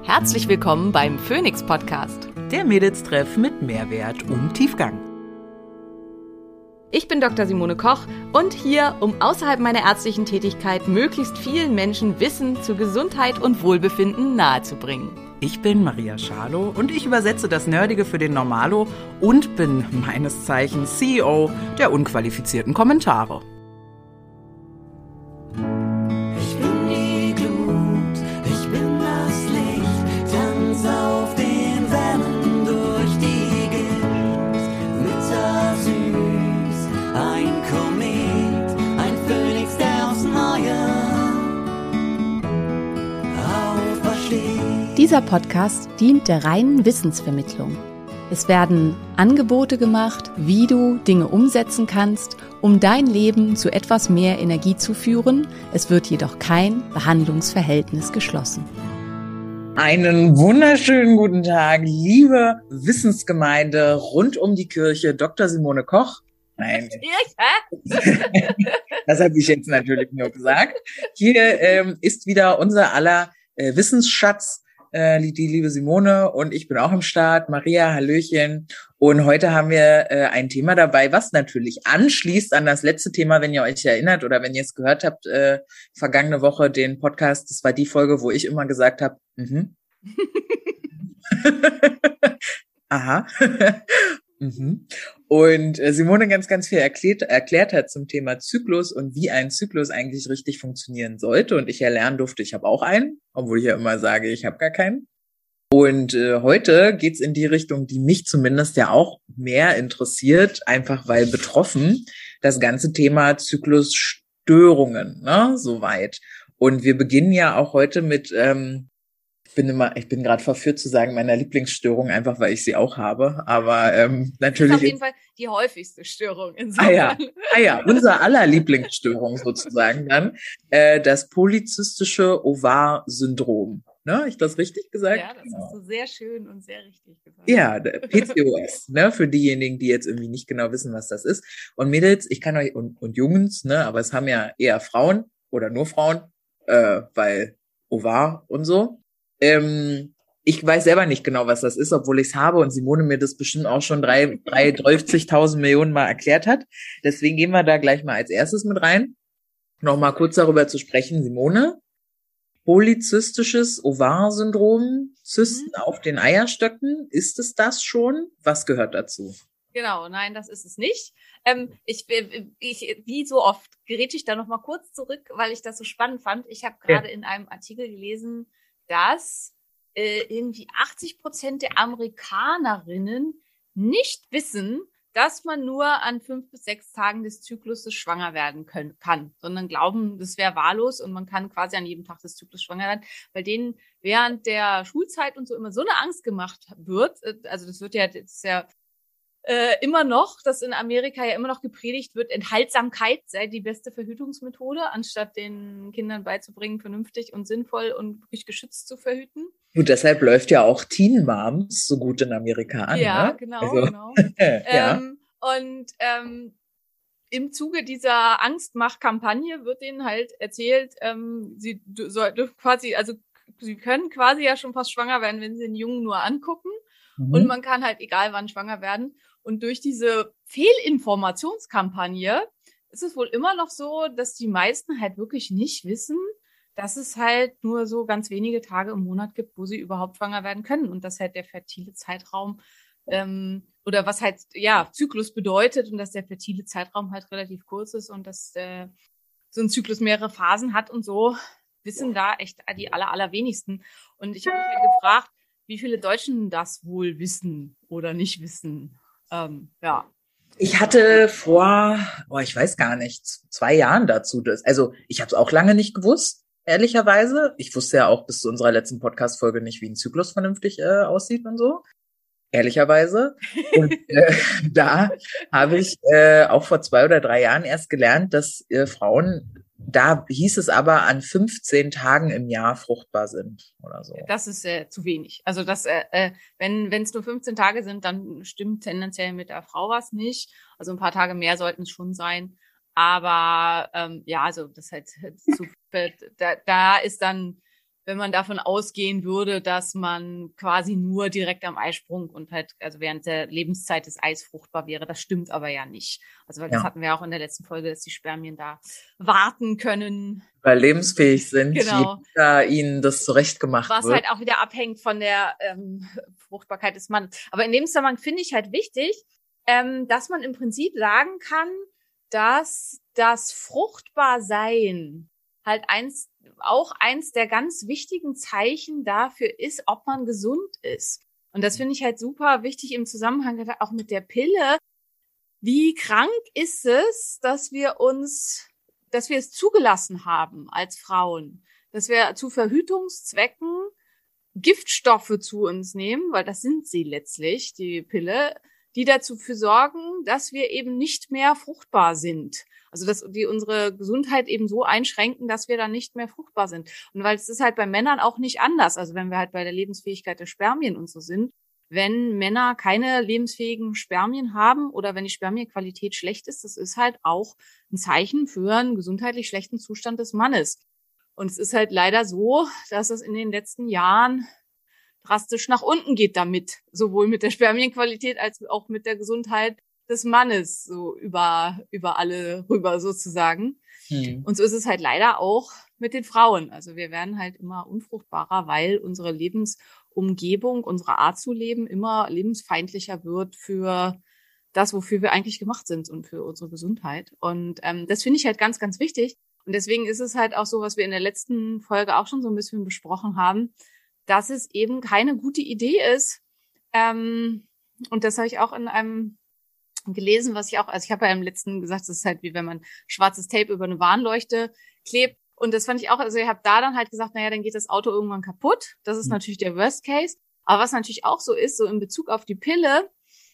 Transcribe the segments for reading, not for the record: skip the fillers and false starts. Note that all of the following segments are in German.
Herzlich willkommen beim Phoenix Podcast. Der Mädels-Treff mit Mehrwert und Tiefgang. Ich bin Dr. Simone Koch und hier, um außerhalb meiner ärztlichen Tätigkeit möglichst vielen Menschen Wissen zu Gesundheit und Wohlbefinden nahezubringen. Ich bin Maria Schalow und ich übersetze das Nerdige für den Normalo und bin meines Zeichens CEO der unqualifizierten Kommentare. Ich bin die Glut, ich bin das Licht, tanz auf den Wellen durch die Gegend. Mütter süß, ein Komet, ein Phönix, der aufs Neue aufersteht. Dieser Podcast dient der reinen Wissensvermittlung. Es werden Angebote gemacht, wie du Dinge umsetzen kannst, um dein Leben zu etwas mehr Energie zu führen. Es wird jedoch kein Behandlungsverhältnis geschlossen. Einen wunderschönen guten Tag, liebe Wissensgemeinde rund um die Kirche, Dr. Simone Koch. Nein, das habe ich jetzt natürlich nur gesagt. Hier ist wieder unser aller Wissensschatz, die liebe Simone, und ich bin auch im Start. Maria, hallöchen. Und heute haben wir ein Thema dabei, was natürlich anschließt an das letzte Thema, wenn ihr euch erinnert oder wenn ihr es gehört habt, vergangene Woche den Podcast. Das war die Folge, wo ich immer gesagt habe, aha. Und Simone ganz viel erklärt hat zum Thema Zyklus und wie ein Zyklus eigentlich richtig funktionieren sollte. Und ich ja lernen durfte, ich habe auch einen, obwohl ich ja immer sage, ich habe gar keinen. Und heute geht's in die Richtung, die mich zumindest ja auch mehr interessiert, einfach weil betroffen, das ganze Thema Zyklusstörungen, ne, soweit. Und wir beginnen ja auch heute mit ich bin gerade verführt zu sagen, meiner Lieblingsstörung, einfach weil ich sie auch habe. Aber natürlich. Das ist auf jeden Fall die häufigste Störung insofern. Unser aller Lieblingsstörung sozusagen dann. Das polyzystische Ovar-Syndrom. Ne, ich das richtig gesagt? Ja, das hast du sehr schön und sehr richtig gesagt. Ja, PCOS, ne, für diejenigen, die jetzt irgendwie nicht genau wissen, was das ist. Und Mädels, ich kann euch, und Jungs, ne, aber es haben ja eher Frauen oder nur Frauen, weil Ovar und so. Ich weiß selber nicht genau, was das ist, obwohl ich es habe und Simone mir das bestimmt auch schon 30.000 Millionen Mal erklärt hat. Deswegen gehen wir da gleich mal als erstes mit rein. Nochmal kurz darüber zu sprechen, Simone. Polyzystisches Ovar-Syndrom, Zysten auf den Eierstöcken. Ist es das schon? Was gehört dazu? Genau, nein, das ist es nicht. Ich wie so oft gerät ich da noch mal kurz zurück, weil ich das so spannend fand. Ich habe gerade in einem Artikel gelesen, dass irgendwie 80% der Amerikanerinnen nicht wissen, dass man nur an 5 bis 6 Tagen des Zykluses schwanger werden kann, sondern glauben, das wäre wahllos und man kann quasi an jedem Tag des Zyklus schwanger werden, weil denen während der Schulzeit und so immer so eine Angst gemacht wird. Also das ist ja immer noch, dass in Amerika ja immer noch gepredigt wird, Enthaltsamkeit sei die beste Verhütungsmethode, anstatt den Kindern beizubringen, vernünftig und sinnvoll und wirklich geschützt zu verhüten. Und deshalb läuft ja auch Teen Moms so gut in Amerika an. Ja, ne? genau. Ja. Im Zuge dieser Angstmach-Kampagne wird denen halt erzählt, sie können quasi ja schon fast schwanger werden, wenn sie den Jungen nur angucken. Und man kann halt egal wann schwanger werden. Und durch diese Fehlinformationskampagne ist es wohl immer noch so, dass die meisten halt wirklich nicht wissen, dass es halt nur so ganz wenige Tage im Monat gibt, wo sie überhaupt schwanger werden können. Und dass halt der fertile Zeitraum oder was halt Zyklus bedeutet und dass der fertile Zeitraum halt relativ kurz ist und dass so ein Zyklus mehrere Phasen hat und so, wissen da echt die allerwenigsten. Und ich habe mich halt gefragt, wie viele Deutschen das wohl wissen oder nicht wissen. Ich hatte vor, ich weiß gar nicht, 2 Jahren dazu. Ich habe es auch lange nicht gewusst, ehrlicherweise. Ich wusste ja auch bis zu unserer letzten Podcast-Folge nicht, wie ein Zyklus vernünftig aussieht und so. Ehrlicherweise. Und da habe ich auch vor 2 oder 3 Jahren erst gelernt, dass Frauen, da hieß es aber, an 15 Tagen im Jahr fruchtbar sind oder so. Das ist zu wenig. Also das, wenn es nur 15 Tage sind, dann stimmt tendenziell mit der Frau was nicht. Also ein paar Tage mehr sollten es schon sein. Aber also das halt da ist dann wenn man davon ausgehen würde, dass man quasi nur direkt am Eisprung und halt, also während der Lebenszeit des Eis fruchtbar wäre. Das stimmt aber ja nicht. Also, weil das hatten wir auch in der letzten Folge, dass die Spermien da warten können. Überlebensfähig sind, Genau. je besser ihnen das zurechtgemacht Was wird. halt auch wieder abhängt von der Fruchtbarkeit des Mannes. Aber in dem Zusammenhang finde ich halt wichtig, dass man im Prinzip sagen kann, dass das Fruchtbarsein halt auch eins der ganz wichtigen Zeichen dafür ist, ob man gesund ist. Und das finde ich halt super wichtig im Zusammenhang auch mit der Pille. Wie krank ist es, dass wir es zugelassen haben als Frauen, dass wir zu Verhütungszwecken Giftstoffe zu uns nehmen, weil das sind sie letztlich, die Pille, die dazu sorgen, dass wir eben nicht mehr fruchtbar sind. Also dass die unsere Gesundheit eben so einschränken, dass wir dann nicht mehr fruchtbar sind. Und weil es ist halt bei Männern auch nicht anders. Also wenn wir halt bei der Lebensfähigkeit der Spermien und so sind, wenn Männer keine lebensfähigen Spermien haben oder wenn die Spermienqualität schlecht ist, das ist halt auch ein Zeichen für einen gesundheitlich schlechten Zustand des Mannes. Und es ist halt leider so, dass es in den letzten Jahren drastisch nach unten geht damit, sowohl mit der Spermienqualität als auch mit der Gesundheit des Mannes, so über alle rüber sozusagen. Und so ist es halt leider auch mit den Frauen. Also wir werden halt immer unfruchtbarer, weil unsere Lebensumgebung, unsere Art zu leben immer lebensfeindlicher wird für das, wofür wir eigentlich gemacht sind und für unsere Gesundheit. Und das finde ich halt ganz, ganz wichtig. Und deswegen ist es halt auch so, was wir in der letzten Folge auch schon so ein bisschen besprochen haben, dass es eben keine gute Idee ist. Und das habe ich auch in einem gelesen, also ich habe ja im letzten gesagt, es ist halt wie wenn man schwarzes Tape über eine Warnleuchte klebt. Und das fand ich auch, also ich habe da dann halt gesagt, naja, dann geht das Auto irgendwann kaputt. Das ist natürlich der Worst Case. Aber was natürlich auch so ist, so in Bezug auf die Pille,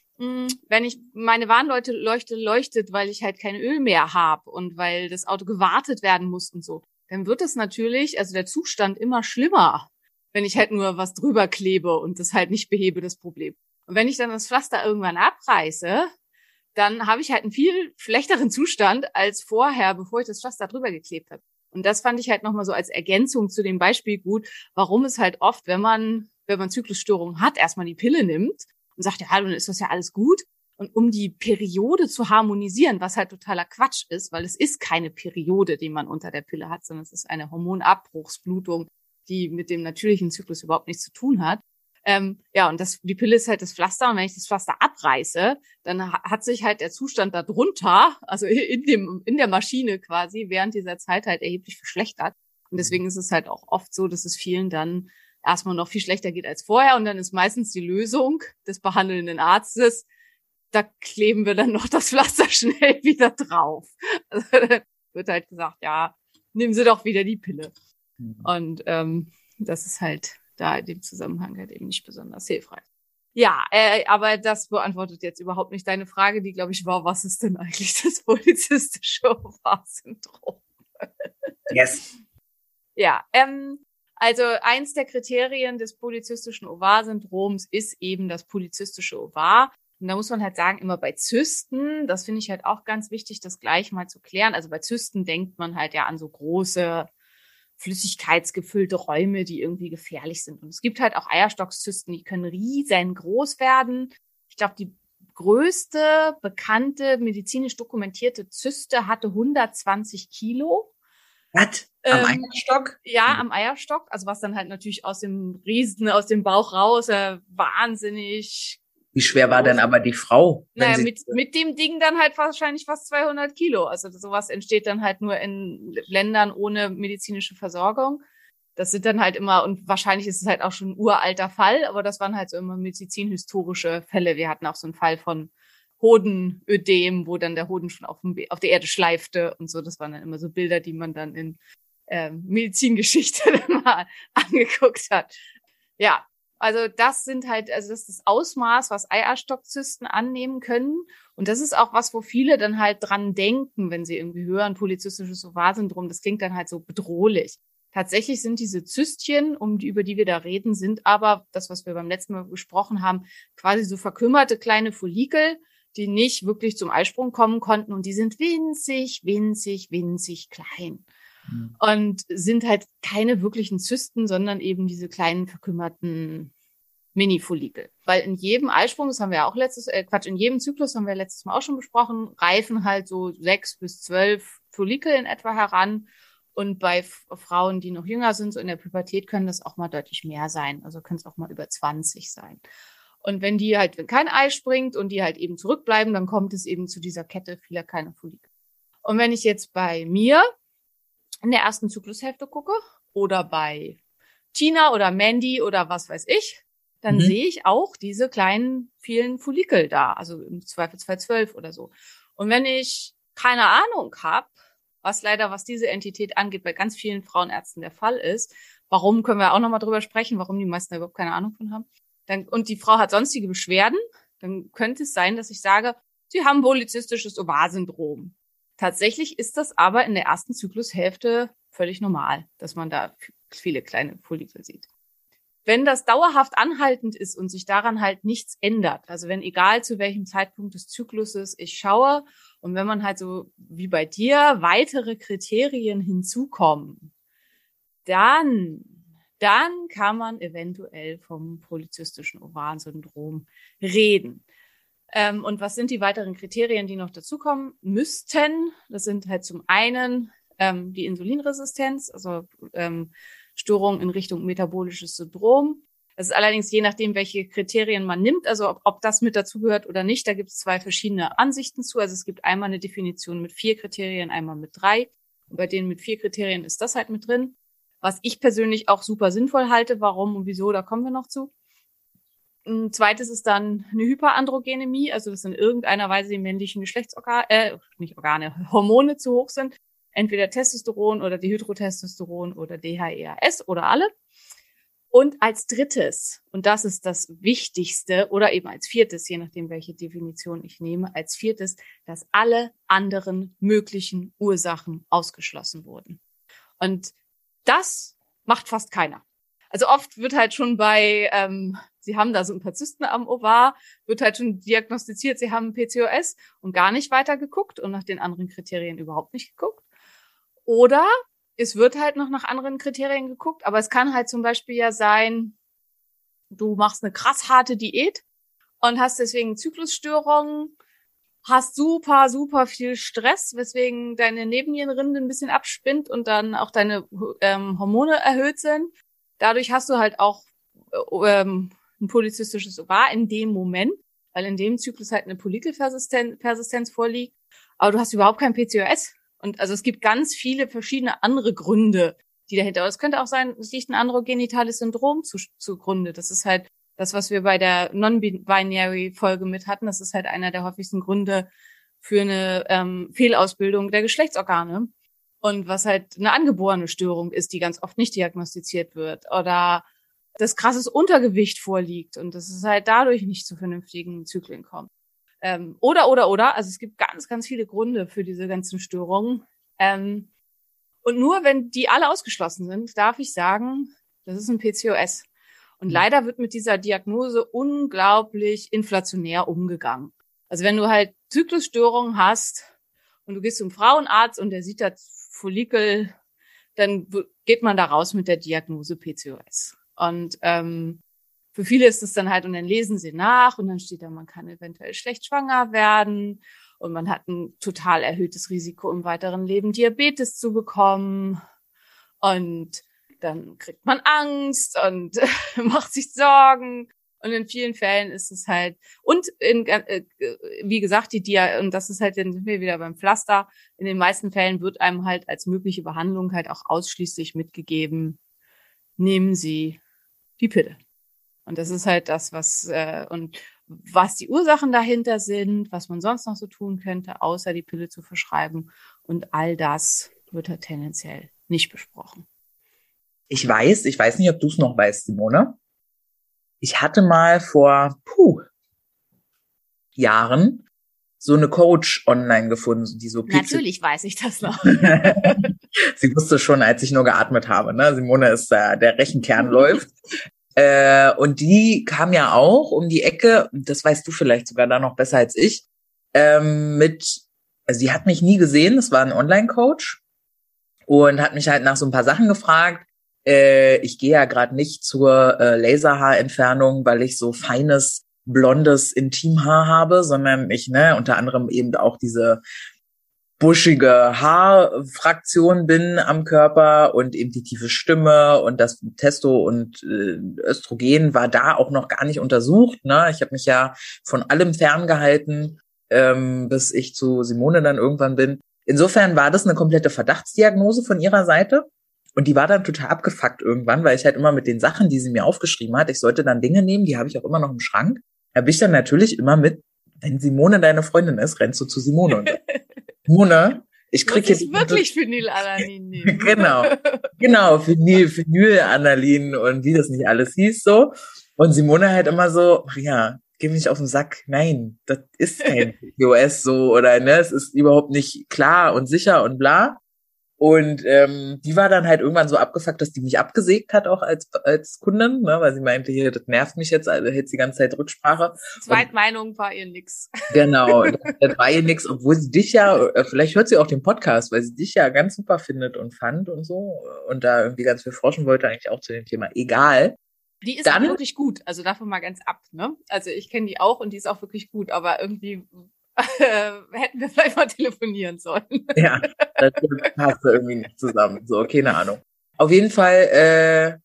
wenn ich meine Warnleuchte leuchtet, weil ich halt kein Öl mehr habe und weil das Auto gewartet werden muss und so, dann wird es natürlich, also der Zustand immer schlimmer, wenn ich halt nur was drüber klebe und das halt nicht behebe, das Problem. Und wenn ich dann das Pflaster irgendwann abreiße, dann habe ich halt einen viel schlechteren Zustand als vorher, bevor ich das Pflaster drüber geklebt habe. Und das fand ich halt nochmal so als Ergänzung zu dem Beispiel gut, warum es halt oft, wenn man Zyklusstörungen hat, erstmal die Pille nimmt und sagt, ja, dann ist das ja alles gut. Und um die Periode zu harmonisieren, was halt totaler Quatsch ist, weil es ist keine Periode, die man unter der Pille hat, sondern es ist eine Hormonabbruchsblutung, die mit dem natürlichen Zyklus überhaupt nichts zu tun hat. Ja, und die Pille ist halt das Pflaster. Und wenn ich das Pflaster abreiße, dann hat sich halt der Zustand da drunter, also in der Maschine quasi, während dieser Zeit halt erheblich verschlechtert. Und deswegen ist es halt auch oft so, dass es vielen dann erstmal noch viel schlechter geht als vorher. Und dann ist meistens die Lösung des behandelnden Arztes, da kleben wir dann noch das Pflaster schnell wieder drauf. Also dann wird halt gesagt, ja, nehmen Sie doch wieder die Pille. Und das ist halt da in dem Zusammenhang halt eben nicht besonders hilfreich. Ja, aber das beantwortet jetzt überhaupt nicht deine Frage, die, glaube ich, war, was ist denn eigentlich das polizistische Ovar-Syndrom? Yes. Ja, also eins der Kriterien des polyzystischen Ovar-Syndroms ist eben das polyzystische Ovar. Und da muss man halt sagen, immer bei Zysten, das finde ich halt auch ganz wichtig, das gleich mal zu klären. Also bei Zysten denkt man halt ja an so große, flüssigkeitsgefüllte Räume, die irgendwie gefährlich sind. Und es gibt halt auch Eierstockzysten, die können riesengroß werden. Ich glaube, die größte bekannte medizinisch dokumentierte Zyste hatte 120 Kilo. Was? Am Eierstock? Ja, am Eierstock. Also was dann halt natürlich aus dem Bauch raus, wahnsinnig. Wie schwer war denn aber die Frau? Naja, mit dem Ding dann halt wahrscheinlich fast 200 Kilo. Also sowas entsteht dann halt nur in Ländern ohne medizinische Versorgung. Das sind dann halt immer, und wahrscheinlich ist es halt auch schon ein uralter Fall, aber das waren halt so immer medizinhistorische Fälle. Wir hatten auch so einen Fall von Hodenödem, wo dann der Hoden schon auf der Erde schleifte und so. Das waren dann immer so Bilder, die man dann in Medizingeschichte mal angeguckt hat. Ja. Also das ist das Ausmaß, was Eierstockzysten annehmen können. Und das ist auch was, wo viele dann halt dran denken, wenn sie irgendwie hören, polyzystisches Ovar-Syndrom. Das klingt dann halt so bedrohlich. Tatsächlich sind diese Zystchen, über die wir da reden, sind aber, das, was wir beim letzten Mal besprochen haben, quasi so verkümmerte kleine Follikel, die nicht wirklich zum Eisprung kommen konnten. Und die sind winzig, winzig, winzig klein. und sind halt keine wirklichen Zysten, sondern eben diese kleinen verkümmerten Mini-Follikel. Weil in jedem Eisprung, das haben wir ja auch in jedem Zyklus haben wir letztes Mal auch schon besprochen, reifen halt so 6 bis 12 Follikel in etwa heran. Und bei Frauen, die noch jünger sind, so in der Pubertät, können das auch mal deutlich mehr sein. Also können es auch mal über 20 sein. Und wenn kein Ei springt und die halt eben zurückbleiben, dann kommt es eben zu dieser Kette vieler kleiner Follikel. Und wenn ich jetzt bei mir in der ersten Zyklushälfte gucke oder bei Tina oder Mandy oder was weiß ich, dann sehe ich auch diese kleinen, vielen Follikel da. Also im Zweifelsfall 12 oder so. Und wenn ich keine Ahnung habe, was diese Entität angeht, bei ganz vielen Frauenärzten der Fall ist, warum, können wir auch nochmal drüber sprechen, warum die meisten da überhaupt keine Ahnung von haben. Und die Frau hat sonstige Beschwerden, dann könnte es sein, dass ich sage, sie haben polyzystisches Ovar-Syndrom. Tatsächlich ist das aber in der ersten Zyklushälfte völlig normal, dass man da viele kleine Follikel sieht. Wenn das dauerhaft anhaltend ist und sich daran halt nichts ändert, also wenn egal zu welchem Zeitpunkt des Zykluses ich schaue und wenn man halt so wie bei dir weitere Kriterien hinzukommen, dann kann man eventuell vom polyzystischen Ovar-Syndrom reden. Und was sind die weiteren Kriterien, die noch dazukommen müssten? Das sind halt zum einen die Insulinresistenz, also Störung in Richtung metabolisches Syndrom. Das ist allerdings je nachdem, welche Kriterien man nimmt, also ob das mit dazugehört oder nicht. Da gibt es 2 verschiedene Ansichten zu. Also es gibt einmal eine Definition mit 4 Kriterien, einmal mit 3. Und bei denen mit 4 Kriterien ist das halt mit drin. Was ich persönlich auch super sinnvoll halte. Warum und wieso, da kommen wir noch zu. Ein zweites ist dann eine Hyperandrogenemie, also dass in irgendeiner Weise die männlichen Hormone zu hoch sind. Entweder Testosteron oder Dihydrotestosteron oder DHEAS oder alle. Und als drittes, und das ist das Wichtigste, oder eben als viertes, je nachdem, welche Definition ich nehme, als viertes, dass alle anderen möglichen Ursachen ausgeschlossen wurden. Und das macht fast keiner. Also oft wird halt schon sie haben da so ein paar Zysten am Ovar, wird halt schon diagnostiziert, sie haben PCOS und gar nicht weiter geguckt und nach den anderen Kriterien überhaupt nicht geguckt. Oder es wird halt noch nach anderen Kriterien geguckt, aber es kann halt zum Beispiel ja sein, du machst eine krass harte Diät und hast deswegen Zyklusstörungen, hast super, super viel Stress, weswegen deine Nebennierenrinde ein bisschen abspinnt und dann auch deine Hormone erhöht sind. Dadurch hast du halt auch ein polyzystisches Ovar in dem Moment, weil in dem Zyklus halt eine Follikelpersistenz vorliegt, aber du hast überhaupt kein PCOS. Und also es gibt ganz viele verschiedene andere Gründe, die dahinter. Aber es könnte auch sein, es liegt ein androgenitales Syndrom zugrunde. Das ist halt das, was wir bei der Non-Binary-Folge mit hatten. Das ist halt einer der häufigsten Gründe für eine Fehlausbildung der Geschlechtsorgane. Und was halt eine angeborene Störung ist, die ganz oft nicht diagnostiziert wird. Oder das krasses Untergewicht vorliegt und dass es halt dadurch nicht zu vernünftigen Zyklen kommt. Oder. Also es gibt ganz, ganz viele Gründe für diese ganzen Störungen. Und nur wenn die alle ausgeschlossen sind, darf ich sagen, das ist ein PCOS. Und leider wird mit dieser Diagnose unglaublich inflationär umgegangen. Also wenn du halt Zyklusstörungen hast und du gehst zum Frauenarzt und der sieht das Follikel, dann geht man da raus mit der Diagnose PCOS. Und für viele ist es dann halt, und dann lesen sie nach und dann steht da, man kann eventuell schlecht schwanger werden und man hat ein total erhöhtes Risiko im weiteren Leben Diabetes zu bekommen und dann kriegt man Angst und macht sich Sorgen und in vielen Fällen ist es halt, und wie gesagt, und das ist halt, dann sind wir wieder beim Pflaster, in den meisten Fällen wird einem halt als mögliche Behandlung halt auch ausschließlich mitgegeben, nehmen Sie die Pille. Und das ist halt das, was die Ursachen dahinter sind, was man sonst noch so tun könnte, außer die Pille zu verschreiben. Und all das wird halt tendenziell nicht besprochen. Ich weiß nicht, ob du es noch weißt, Simone. Ich hatte mal vor Jahren so eine Coach online gefunden, die so Natürlich weiß ich das noch. Sie wusste schon, als ich nur geatmet habe, ne? Simone ist der Rechenkern läuft. Und die kam ja auch um die Ecke, das weißt du vielleicht sogar da noch besser als ich, also die hat mich nie gesehen, das war ein Online-Coach und hat mich halt nach so ein paar Sachen gefragt. Ich gehe ja gerade nicht zur Laserhaarentfernung, weil ich so feines, blondes Intimhaar habe, sondern ich, unter anderem eben auch diese buschige Haarfraktion bin am Körper und eben die tiefe Stimme und das Testo und Östrogen war da auch noch gar nicht untersucht. Ne? Ich habe mich ja von allem ferngehalten, bis ich zu Simone dann irgendwann bin. Insofern war das eine komplette Verdachtsdiagnose von ihrer Seite. Und die war dann total abgefuckt irgendwann, weil ich halt immer mit den Sachen, die sie mir aufgeschrieben hat, ich sollte dann Dinge nehmen, die habe ich auch immer noch im Schrank. Da bin ich dann natürlich immer mit, wenn Simone deine Freundin ist, rennst du zu Simone. Und Simone, ich krieg jetzt jetzt wirklich Phenylalanin nehmen. genau, Phenylalaniin und wie das nicht alles hieß so. Und Simone halt immer so, Maria, geh mir nicht auf den Sack. Nein, das ist kein PCOS so oder es ist überhaupt nicht klar und sicher und bla. Und die war dann halt irgendwann so abgefuckt, dass die mich abgesägt hat auch als Kundin, weil sie meinte, hier, das nervt mich jetzt, also hält die ganze Zeit Rücksprache. Zweitmeinung war ihr nix. Genau, das war ihr nix, obwohl sie dich ja, vielleicht hört sie auch den Podcast, weil sie dich ja ganz super findet und fand und so und da irgendwie ganz viel forschen wollte, eigentlich auch zu dem Thema. Egal. Die ist auch wirklich gut, also davon mal ganz ab, ne? Also ich kenne die auch und die ist auch wirklich gut, aber irgendwie hätten wir vielleicht mal telefonieren sollen. Ja, das passt irgendwie nicht zusammen. So, keine Ahnung. Auf jeden Fall,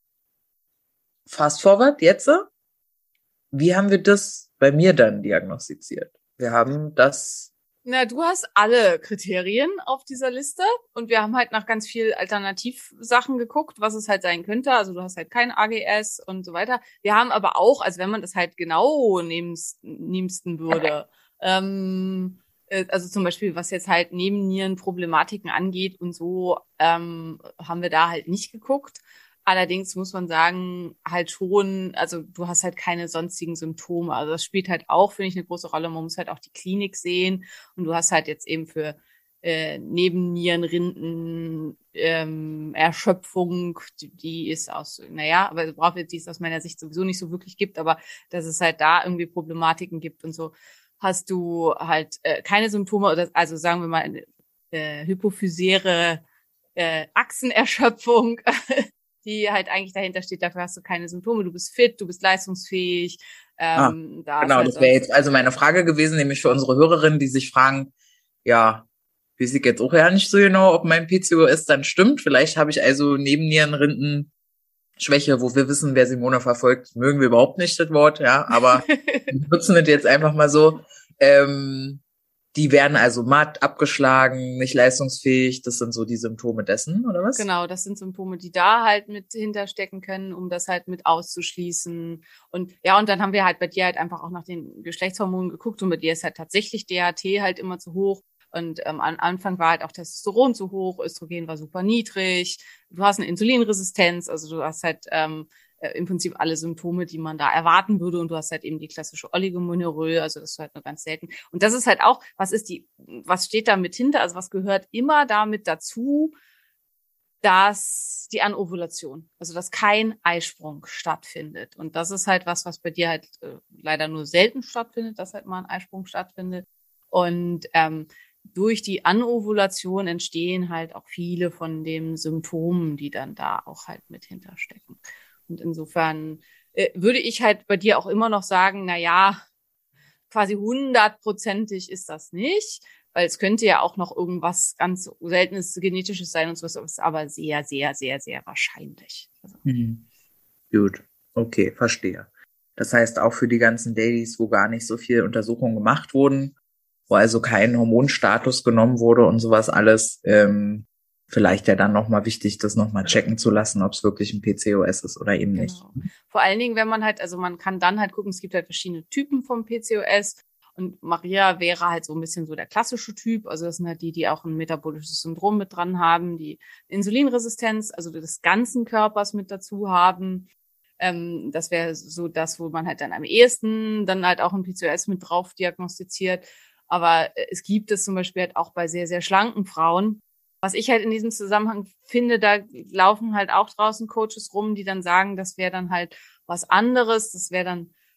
fast forward, jetzt. Wie haben wir das bei mir dann diagnostiziert? Wir haben das... Na, du hast alle Kriterien auf dieser Liste und wir haben halt nach ganz viel Alternativsachen geguckt, was es halt sein könnte. Also du hast halt kein AGS und so weiter. Wir haben aber auch, also wenn man das halt genau nehmsten würde... also zum Beispiel, was jetzt halt Nebennierenproblematiken angeht und so, haben wir da halt nicht geguckt. Allerdings muss man sagen, halt schon, also du hast halt keine sonstigen Symptome. Also das spielt halt auch, finde ich, eine große Rolle. Man muss halt auch die Klinik sehen und du hast halt jetzt eben für Nebennierenrinden, Erschöpfung, die ist aber die es aus meiner Sicht sowieso nicht so wirklich gibt, aber dass es halt da irgendwie Problematiken gibt und so. Hast du halt keine Symptome, also sagen wir mal hypophysäre Achsenerschöpfung, die halt eigentlich dahinter steht, dafür hast du keine Symptome, du bist fit, du bist leistungsfähig. Genau, das wäre jetzt also meine Frage gewesen, nämlich für unsere Hörerinnen, die sich fragen, ja, weiß ich jetzt auch ja nicht so genau, ob mein PCOS dann stimmt. Vielleicht habe ich also Nebennierenrindenschwäche, wo wir wissen, wer Simone verfolgt, mögen wir überhaupt nicht das Wort, ja, aber wir nutzen das jetzt einfach mal so. Die werden also matt, abgeschlagen, nicht leistungsfähig. Das sind so die Symptome dessen, oder was? Genau, das sind Symptome, die da halt mit hinterstecken können, um das halt mit auszuschließen. Und ja, und dann haben wir halt bei dir halt einfach auch nach den Geschlechtshormonen geguckt und bei dir ist halt tatsächlich DHT halt immer zu hoch. Und am Anfang war halt auch Testosteron zu hoch, Östrogen war super niedrig. Du hast eine Insulinresistenz, also du hast halt im Prinzip alle Symptome, die man da erwarten würde. Und du hast halt eben die klassische Oligomenorrhoe, also das ist halt nur ganz selten. Und das ist halt auch, was steht da mit hinter? Also was gehört immer damit dazu, dass die Anovulation, also dass kein Eisprung stattfindet. Und das ist halt was bei dir halt leider nur selten stattfindet, dass halt mal ein Eisprung stattfindet. Und durch die Anovulation entstehen halt auch viele von den Symptomen, die dann da auch halt mit hinterstecken. Und insofern würde ich halt bei dir auch immer noch sagen, quasi 100%ig ist das nicht, weil es könnte ja auch noch irgendwas ganz Seltenes, Genetisches sein und sowas, ist aber sehr, sehr, sehr, sehr wahrscheinlich. Also. Gut, okay, verstehe. Das heißt auch für die ganzen Dailies, wo gar nicht so viel Untersuchungen gemacht wurden, wo also kein Hormonstatus genommen wurde und sowas alles, vielleicht ja dann nochmal wichtig, das nochmal checken zu lassen, ob es wirklich ein PCOS ist oder eben nicht. Vor allen Dingen, wenn man halt, also man kann dann halt gucken, es gibt halt verschiedene Typen vom PCOS und Maria wäre halt so ein bisschen so der klassische Typ, also das sind halt die auch ein metabolisches Syndrom mit dran haben, die Insulinresistenz, also des ganzen Körpers mit dazu haben. Das wäre so das, wo man halt dann am ehesten dann halt auch ein PCOS mit drauf diagnostiziert. Aber es gibt es zum Beispiel halt auch bei sehr, sehr schlanken Frauen. Was ich halt in diesem Zusammenhang finde, da laufen halt auch draußen Coaches rum, die dann sagen, das wäre dann halt was anderes. Das wäre dann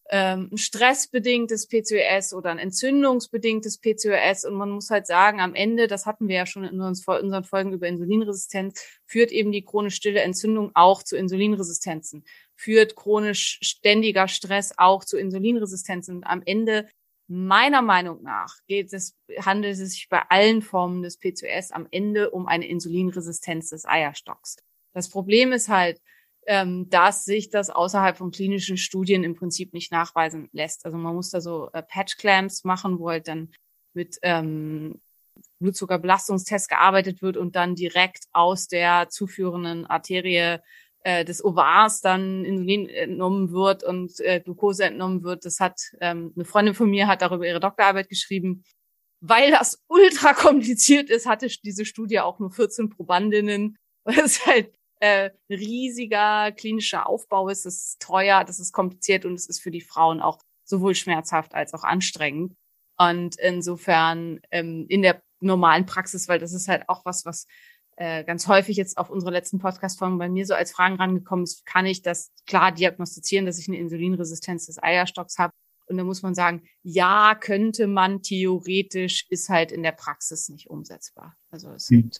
ein stressbedingtes PCOS oder ein entzündungsbedingtes PCOS. Und man muss halt sagen, am Ende, das hatten wir ja schon in unseren Folgen über Insulinresistenz, führt eben die chronisch stille Entzündung auch zu Insulinresistenzen. Führt chronisch ständiger Stress auch zu Insulinresistenzen. Und am Ende, meiner Meinung nach, handelt es sich bei allen Formen des PCOS am Ende um eine Insulinresistenz des Eierstocks. Das Problem ist halt, dass sich das außerhalb von klinischen Studien im Prinzip nicht nachweisen lässt. Also man muss da so Patch-Clamps machen, wo halt dann mit Blutzuckerbelastungstest gearbeitet wird und dann direkt aus der zuführenden Arterie des Ovars dann Insulin entnommen wird und Glucose entnommen wird. Das hat eine Freundin von mir hat darüber ihre Doktorarbeit geschrieben. Weil das ultra kompliziert ist, hatte diese Studie auch nur 14 Probandinnen. Das ist halt ein riesiger klinischer Aufbau ist, das ist teuer, das ist kompliziert und es ist für die Frauen auch sowohl schmerzhaft als auch anstrengend. Und insofern in der normalen Praxis, weil das ist halt auch was ganz häufig jetzt auf unsere letzten Podcast-Folgen bei mir so als Fragen rangekommen ist, kann ich das klar diagnostizieren, dass ich eine Insulinresistenz des Eierstocks habe? Und da muss man sagen, ja, könnte man theoretisch, ist halt in der Praxis nicht umsetzbar. Also es ist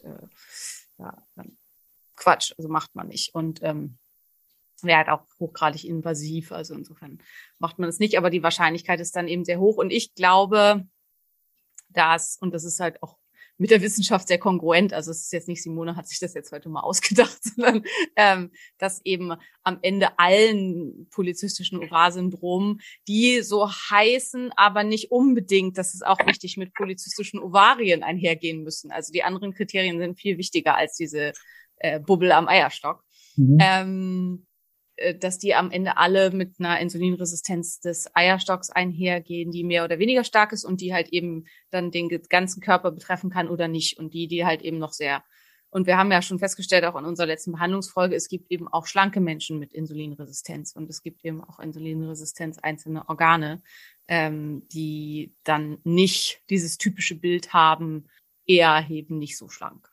Quatsch, also macht man nicht. Und wäre halt auch hochgradig invasiv, also insofern macht man es nicht, aber die Wahrscheinlichkeit ist dann eben sehr hoch. Und ich glaube, und das ist halt auch mit der Wissenschaft sehr kongruent, also es ist jetzt nicht, Simone hat sich das jetzt heute mal ausgedacht, sondern dass eben am Ende allen polyzystischen Ovarsyndromen, die so heißen, aber nicht unbedingt, dass es auch richtig mit polyzystischen Ovarien einhergehen müssen. Also die anderen Kriterien sind viel wichtiger als diese Bubbel am Eierstock. Dass die am Ende alle mit einer Insulinresistenz des Eierstocks einhergehen, die mehr oder weniger stark ist und die halt eben dann den ganzen Körper betreffen kann oder nicht. Und die halt eben noch sehr. Und wir haben ja schon festgestellt, auch in unserer letzten Behandlungsfolge, es gibt eben auch schlanke Menschen mit Insulinresistenz und es gibt eben auch Insulinresistenz einzelne Organe, die dann nicht dieses typische Bild haben, eher eben nicht so schlank.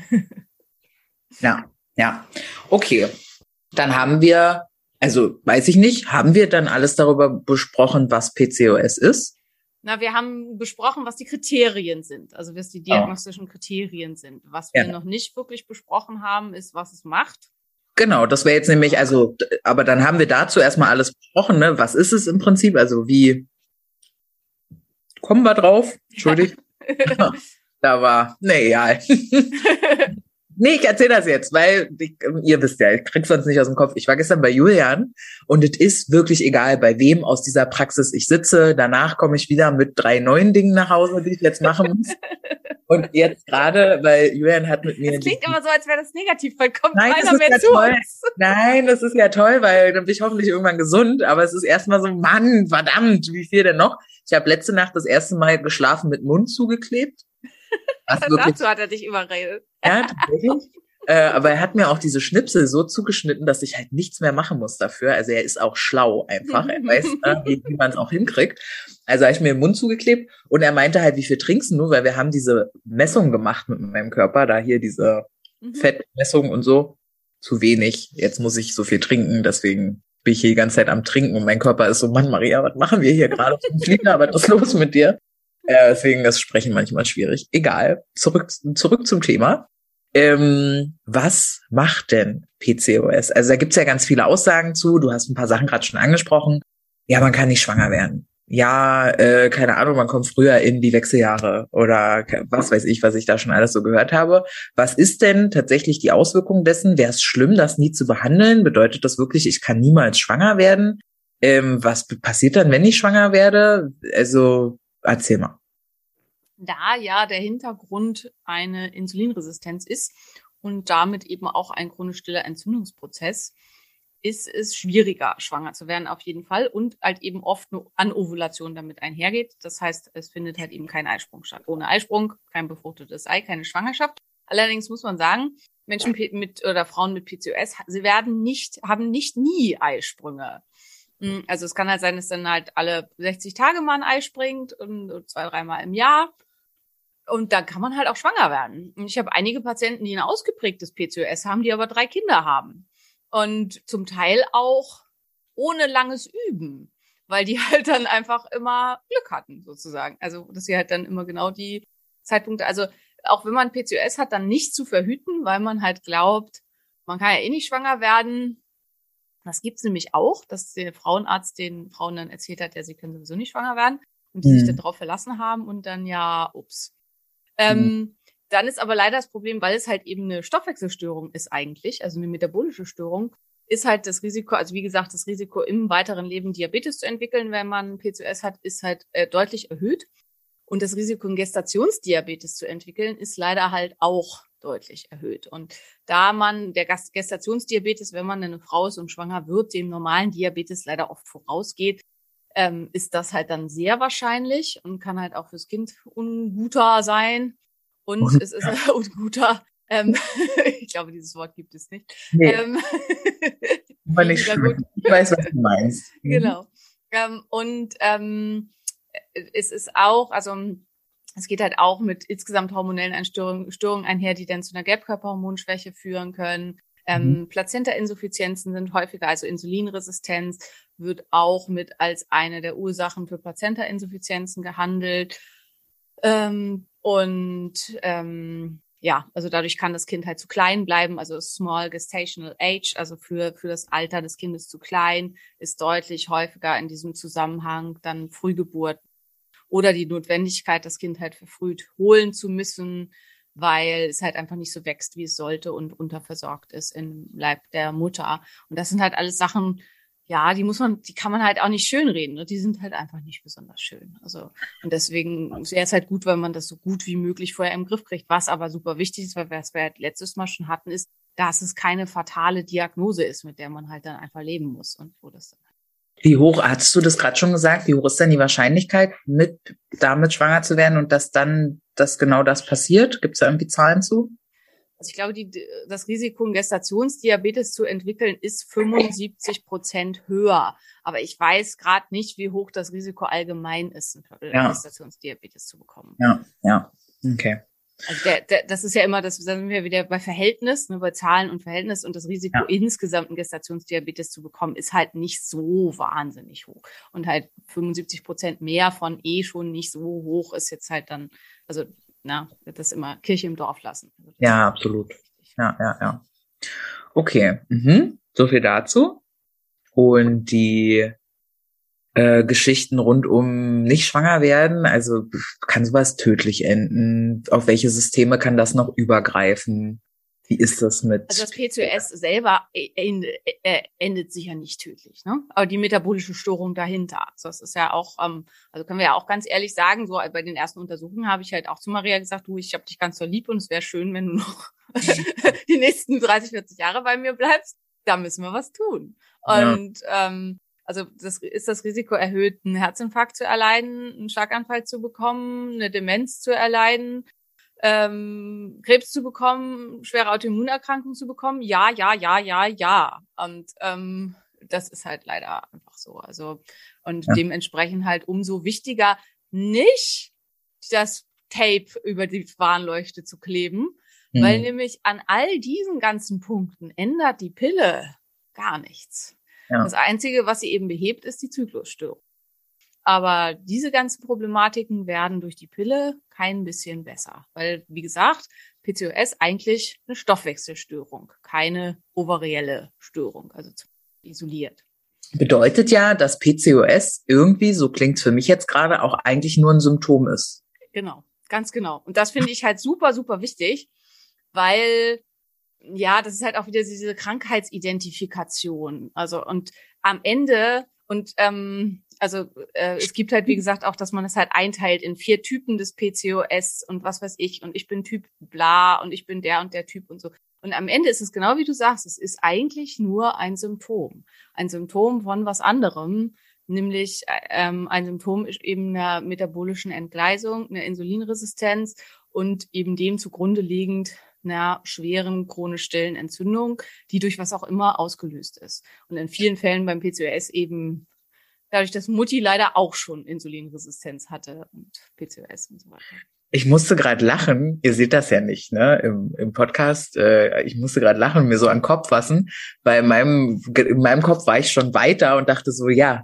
Ja. Okay. Dann haben wir, also weiß ich nicht, haben wir dann alles darüber besprochen, was PCOS ist? Na, wir haben besprochen, was die Kriterien sind, also was die diagnostischen Kriterien sind. Was wir noch nicht wirklich besprochen haben, ist, was es macht. Genau, das wäre jetzt nämlich, also, aber dann haben wir dazu erstmal alles besprochen, ne? Was ist es im Prinzip? Also wie kommen wir drauf? Entschuldigt. Egal. Nee, ich erzähle das jetzt, weil ihr wisst ja, ich krieg's sonst nicht aus dem Kopf. Ich war gestern bei Julian und es ist wirklich egal, bei wem aus dieser Praxis ich sitze. Danach komme ich wieder mit 3 neuen Dingen nach Hause, die ich jetzt machen muss. Und jetzt gerade, weil Julian hat mit mir... Das klingt immer so, als wäre das negativ, weil kommt Nein, keiner mehr zu uns. Nein, das ist ja toll, weil dann bin ich hoffentlich irgendwann gesund. Aber es ist erstmal so, Mann, verdammt, wie viel denn noch? Ich habe letzte Nacht das erste Mal geschlafen mit Mund zugeklebt. Dazu hat er dich überredet. Ja, tatsächlich. Aber er hat mir auch diese Schnipsel so zugeschnitten, dass ich halt nichts mehr machen muss dafür. Also er ist auch schlau einfach. Er weiß, wie man es auch hinkriegt. Also habe ich mir den Mund zugeklebt und er meinte halt, wie viel trinkst du? Weil wir haben diese Messung gemacht mit meinem Körper, da hier diese Fettmessung und so. Zu wenig. Jetzt muss ich so viel trinken, deswegen bin ich hier die ganze Zeit am Trinken und mein Körper ist so, Mann, Maria, was machen wir hier gerade? 5 Liter, was ist los mit dir? Deswegen das Sprechen manchmal schwierig. Egal. Zurück zum Thema. Was macht denn PCOS? Also da gibt's ja ganz viele Aussagen zu. Du hast ein paar Sachen gerade schon angesprochen. Ja, man kann nicht schwanger werden. Ja, keine Ahnung, man kommt früher in die Wechseljahre oder was weiß ich, was ich da schon alles so gehört habe. Was ist denn tatsächlich die Auswirkung dessen? Wäre es schlimm, das nie zu behandeln? Bedeutet das wirklich, ich kann niemals schwanger werden? Was passiert dann, wenn ich schwanger werde? Also erzähl mal. Da ja der Hintergrund eine Insulinresistenz ist und damit eben auch ein chronisch stiller Entzündungsprozess, ist es schwieriger, schwanger zu werden auf jeden Fall und halt eben oft eine Anovulation damit einhergeht. Das heißt, es findet halt eben kein Eisprung statt. Ohne Eisprung, kein befruchtetes Ei, keine Schwangerschaft. Allerdings muss man sagen, Menschen mit oder Frauen mit PCOS, sie haben nicht nie Eisprünge. Also es kann halt sein, dass dann halt alle 60 Tage mal ein Ei springt und 2-3 Mal im Jahr. Und dann kann man halt auch schwanger werden. Und ich habe einige Patienten, die ein ausgeprägtes PCOS haben, die aber 3 Kinder haben. Und zum Teil auch ohne langes Üben. weil die halt dann einfach immer Glück hatten, sozusagen. Also, dass sie halt dann immer genau die Zeitpunkte, also auch wenn man PCOS hat, dann nicht zu verhüten, weil man halt glaubt, man kann ja eh nicht schwanger werden. Das gibt's nämlich auch, dass der Frauenarzt den Frauen dann erzählt hat, ja, sie können sowieso nicht schwanger werden und die sich dann drauf verlassen haben und dann ja, ups. Dann ist aber leider das Problem, weil es halt eben eine Stoffwechselstörung ist eigentlich, also eine metabolische Störung, ist halt das Risiko, also wie gesagt, das Risiko im weiteren Leben Diabetes zu entwickeln, wenn man PCOS hat, ist halt deutlich erhöht. Und das Risiko, einen Gestationsdiabetes zu entwickeln, ist leider halt auch deutlich erhöht. Und da der Gestationsdiabetes, wenn man eine Frau ist und schwanger wird, dem normalen Diabetes leider oft vorausgeht, ist das halt dann sehr wahrscheinlich und kann halt auch fürs Kind unguter sein. Und es ist unguter. Ich glaube, dieses Wort gibt es nicht. Nee. Aber nicht gut. Ich weiß, was du meinst. Genau. Es ist auch, also es geht halt auch mit insgesamt hormonellen Störungen einher, die dann zu einer Gelbkörperhormonschwäche führen können. Plazenta-Insuffizienzen sind häufiger, also Insulinresistenz wird auch mit als eine der Ursachen für Plazenta-Insuffizienzen gehandelt. Ja, also dadurch kann das Kind halt zu klein bleiben, also Small Gestational Age, also für das Alter des Kindes zu klein, ist deutlich häufiger in diesem Zusammenhang dann Frühgeburt oder die Notwendigkeit, das Kind halt verfrüht holen zu müssen, weil es halt einfach nicht so wächst, wie es sollte und unterversorgt ist im Leib der Mutter. Und das sind halt alles Sachen, ja, die kann man halt auch nicht schönreden, ne? Die sind halt einfach nicht besonders schön. Also, und deswegen wäre es halt gut, wenn man das so gut wie möglich vorher im Griff kriegt. Was aber super wichtig ist, weil was wir halt letztes Mal schon hatten, ist, dass es keine fatale Diagnose ist, mit der man halt dann einfach leben muss und wo das dann. Wie hoch, hattest du das gerade schon gesagt, wie hoch ist denn die Wahrscheinlichkeit, damit schwanger zu werden und dass dann genau das passiert? Gibt es da irgendwie Zahlen zu? Also ich glaube, das Risiko, einen Gestationsdiabetes zu entwickeln, ist 75% höher. Aber ich weiß gerade nicht, wie hoch das Risiko allgemein ist, einen Gestationsdiabetes zu bekommen. Ja, okay. Also das ist ja immer, da sind wir wieder bei Verhältnis, ne, bei Zahlen und Verhältnis, und das Risiko, insgesamt einen Gestationsdiabetes zu bekommen, ist halt nicht so wahnsinnig hoch. Und halt 75% mehr von schon nicht so hoch ist jetzt halt dann, also wird das immer Kirche im Dorf lassen. Also ja, absolut. Ja. Okay, so viel dazu. Und die Geschichten rund um nicht schwanger werden, also kann sowas tödlich enden? Auf welche Systeme kann das noch übergreifen? Wie ist das mit? Also das PCOS selber endet sicher nicht tödlich, ne? Aber die metabolische Störung dahinter. Also das ist ja auch, also können wir ja auch ganz ehrlich sagen, so bei den ersten Untersuchungen habe ich halt auch zu Maria gesagt, du, ich habe dich ganz so lieb und es wäre schön, wenn du noch die nächsten 30, 40 Jahre bei mir bleibst. Da müssen wir was tun. Und also das ist das Risiko erhöht, einen Herzinfarkt zu erleiden, einen Schlaganfall zu bekommen, eine Demenz zu erleiden, Krebs zu bekommen, schwere Autoimmunerkrankungen zu bekommen. Ja. Und das ist halt leider einfach so. Also und dementsprechend halt umso wichtiger, nicht das Tape über die Warnleuchte zu kleben, weil nämlich an all diesen ganzen Punkten ändert die Pille gar nichts. Ja. Das Einzige, was sie eben behebt, ist die Zyklusstörung. Aber diese ganzen Problematiken werden durch die Pille kein bisschen besser. Weil, wie gesagt, PCOS eigentlich eine Stoffwechselstörung, keine ovarielle Störung, also isoliert. Bedeutet ja, dass PCOS irgendwie, so klingt's für mich jetzt gerade, auch eigentlich nur ein Symptom ist. Genau, ganz genau. Und das finde ich halt super, super wichtig, weil das ist halt auch wieder diese Krankheitsidentifikation. Also und am Ende es gibt halt, wie gesagt, auch, dass man es halt einteilt in 4 Typen des PCOS und was weiß ich, und ich bin Typ bla und ich bin der und der Typ und so. Und am Ende ist es genau wie du sagst, es ist eigentlich nur ein Symptom. Ein Symptom von was anderem, nämlich ein Symptom ist eben einer metabolischen Entgleisung, einer Insulinresistenz und eben dem zugrunde liegend einer schweren chronisch stillen Entzündung, die durch was auch immer ausgelöst ist. Und in vielen Fällen beim PCOS eben dadurch, dass Mutti leider auch schon Insulinresistenz hatte und PCOS und so weiter. Ich musste gerade lachen, ihr seht das ja nicht, ne, im Podcast, ich musste gerade lachen und mir so an den Kopf fassen, weil in meinem Kopf war ich schon weiter und dachte so, ja,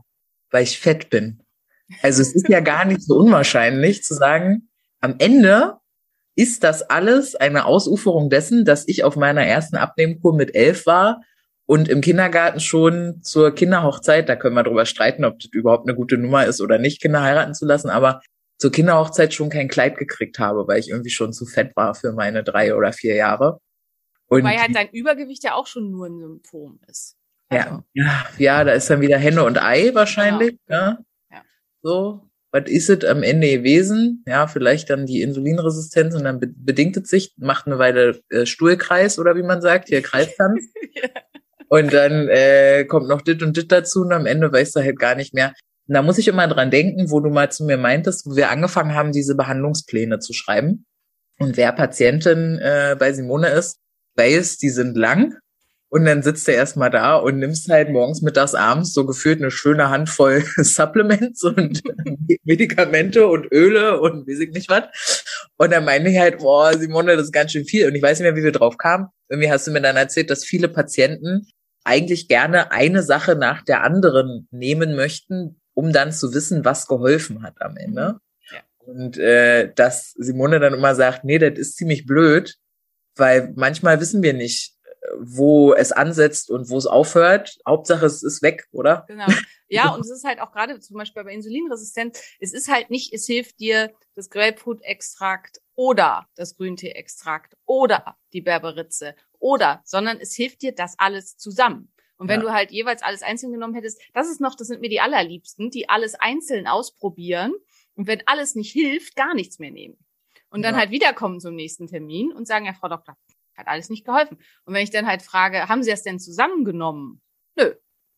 weil ich fett bin. Also es ist ja gar nicht so unwahrscheinlich zu sagen, am Ende ist das alles eine Ausuferung dessen, dass ich auf meiner ersten Abnehmkur mit 11 war und im Kindergarten schon zur Kinderhochzeit, da können wir drüber streiten, ob das überhaupt eine gute Nummer ist oder nicht, Kinder heiraten zu lassen, aber zur Kinderhochzeit schon kein Kleid gekriegt habe, weil ich irgendwie schon zu fett war für meine 3 oder 4 Jahre. Und weil halt dein Übergewicht ja auch schon nur ein Symptom ist. Also. Ja, da ist dann wieder Henne und Ei wahrscheinlich. Genau. Ne? Ja. So, was ist es am Ende gewesen? Ja, vielleicht dann die Insulinresistenz und dann bedingt es sich, macht eine Weile Stuhlkreis oder wie man sagt, hier Kreistanz. Ja. Und dann kommt noch dit und dit dazu und am Ende weißt du halt gar nicht mehr. Und da muss ich immer dran denken, wo du mal zu mir meintest, wo wir angefangen haben, diese Behandlungspläne zu schreiben. Und wer Patientin bei Simone ist, weiß, die sind lang. Und dann sitzt du erstmal da und nimmst halt morgens, mittags, abends so gefühlt eine schöne Handvoll Supplements und Medikamente und Öle und weiß ich nicht was. Und dann meine ich halt, boah, Simone, das ist ganz schön viel. Und ich weiß nicht mehr, wie wir drauf kamen. Irgendwie hast du mir dann erzählt, dass viele Patienten eigentlich gerne eine Sache nach der anderen nehmen möchten, um dann zu wissen, was geholfen hat am Ende. Ja. Und dass Simone dann immer sagt, nee, das ist ziemlich blöd, weil manchmal wissen wir nicht, wo es ansetzt und wo es aufhört. Hauptsache, es ist weg, oder? Genau. Ja, und es ist halt auch gerade zum Beispiel bei Insulinresistenz, es ist halt nicht, es hilft dir das Grapefruit-Extrakt oder das Grüntee-Extrakt oder die Berberitze oder, sondern es hilft dir das alles zusammen. Und wenn du halt jeweils alles einzeln genommen hättest, das sind mir die allerliebsten, die alles einzeln ausprobieren und wenn alles nicht hilft, gar nichts mehr nehmen. Und dann halt wiederkommen zum nächsten Termin und sagen, ja, Frau Doktor, hat alles nicht geholfen. Und wenn ich dann halt frage, haben Sie das denn zusammengenommen? Nö.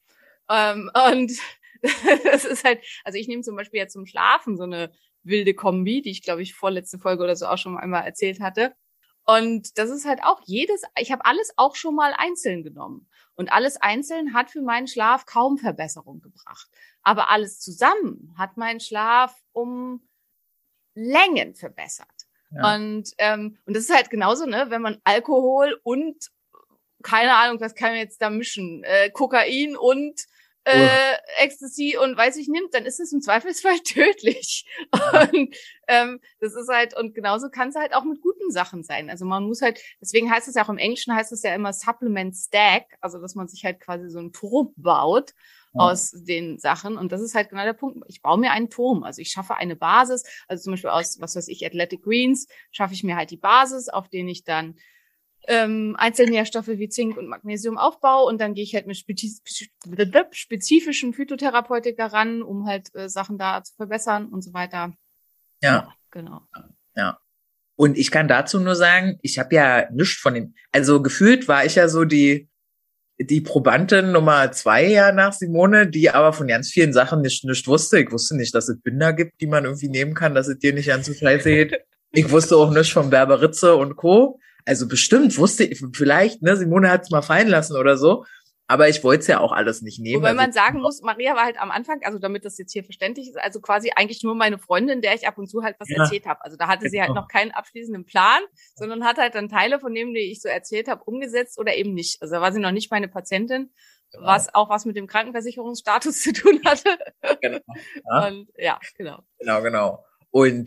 Und das ist halt, also ich nehme zum Beispiel ja zum Schlafen so eine wilde Kombi, die ich, glaube ich, vorletzte Folge oder so auch schon einmal erzählt hatte. Und das ist halt auch ich habe alles auch schon mal einzeln genommen. Und alles einzeln hat für meinen Schlaf kaum Verbesserung gebracht. Aber alles zusammen hat meinen Schlaf um Längen verbessert. Ja. Und das ist halt genauso, ne, wenn man Alkohol und keine Ahnung, was kann man jetzt da mischen, Kokain und Ecstasy und weiß ich nimmt, dann ist es im Zweifelsfall tödlich. Ja. Und das ist halt, und genauso kann es halt auch mit guten Sachen sein. Also man muss halt, deswegen heißt es ja auch im Englischen, heißt es ja immer Supplement Stack, also dass man sich halt quasi so einen Turm baut aus den Sachen. Und das ist halt genau der Punkt. Ich baue mir einen Turm. Also ich schaffe eine Basis. Also zum Beispiel aus, was weiß ich, Athletic Greens, schaffe ich mir halt die Basis, auf denen ich dann Einzelnährstoffe wie Zink und Magnesium aufbaue. Und dann gehe ich halt mit spezifischen Phytotherapeutika ran, um halt Sachen da zu verbessern und so weiter. Ja, genau. Ja. Und ich kann dazu nur sagen, ich habe ja nichts von dem, also gefühlt war ich ja so die Probandin Nummer 2 ja nach Simone, die aber von ganz vielen Sachen nicht wusste. Ich wusste nicht, dass es Binder gibt, die man irgendwie nehmen kann, dass es dir nicht an zu scheiße geht. Ich wusste auch nicht von Berberitze und Co. Also bestimmt wusste ich, vielleicht, ne, Simone hat es mal fallen lassen oder so. Aber ich wollte es ja auch alles nicht nehmen. Wobei man sagen muss, Maria war halt am Anfang, also damit das jetzt hier verständlich ist, also quasi eigentlich nur meine Freundin, der ich ab und zu halt was erzählt habe. Also da hatte sie halt noch keinen abschließenden Plan, sondern hat halt dann Teile von dem, die ich so erzählt habe, umgesetzt oder eben nicht. Also da war sie noch nicht meine Patientin, was auch was mit dem Krankenversicherungsstatus zu tun hatte. Genau. Ja. Und ja, genau. Genau. Und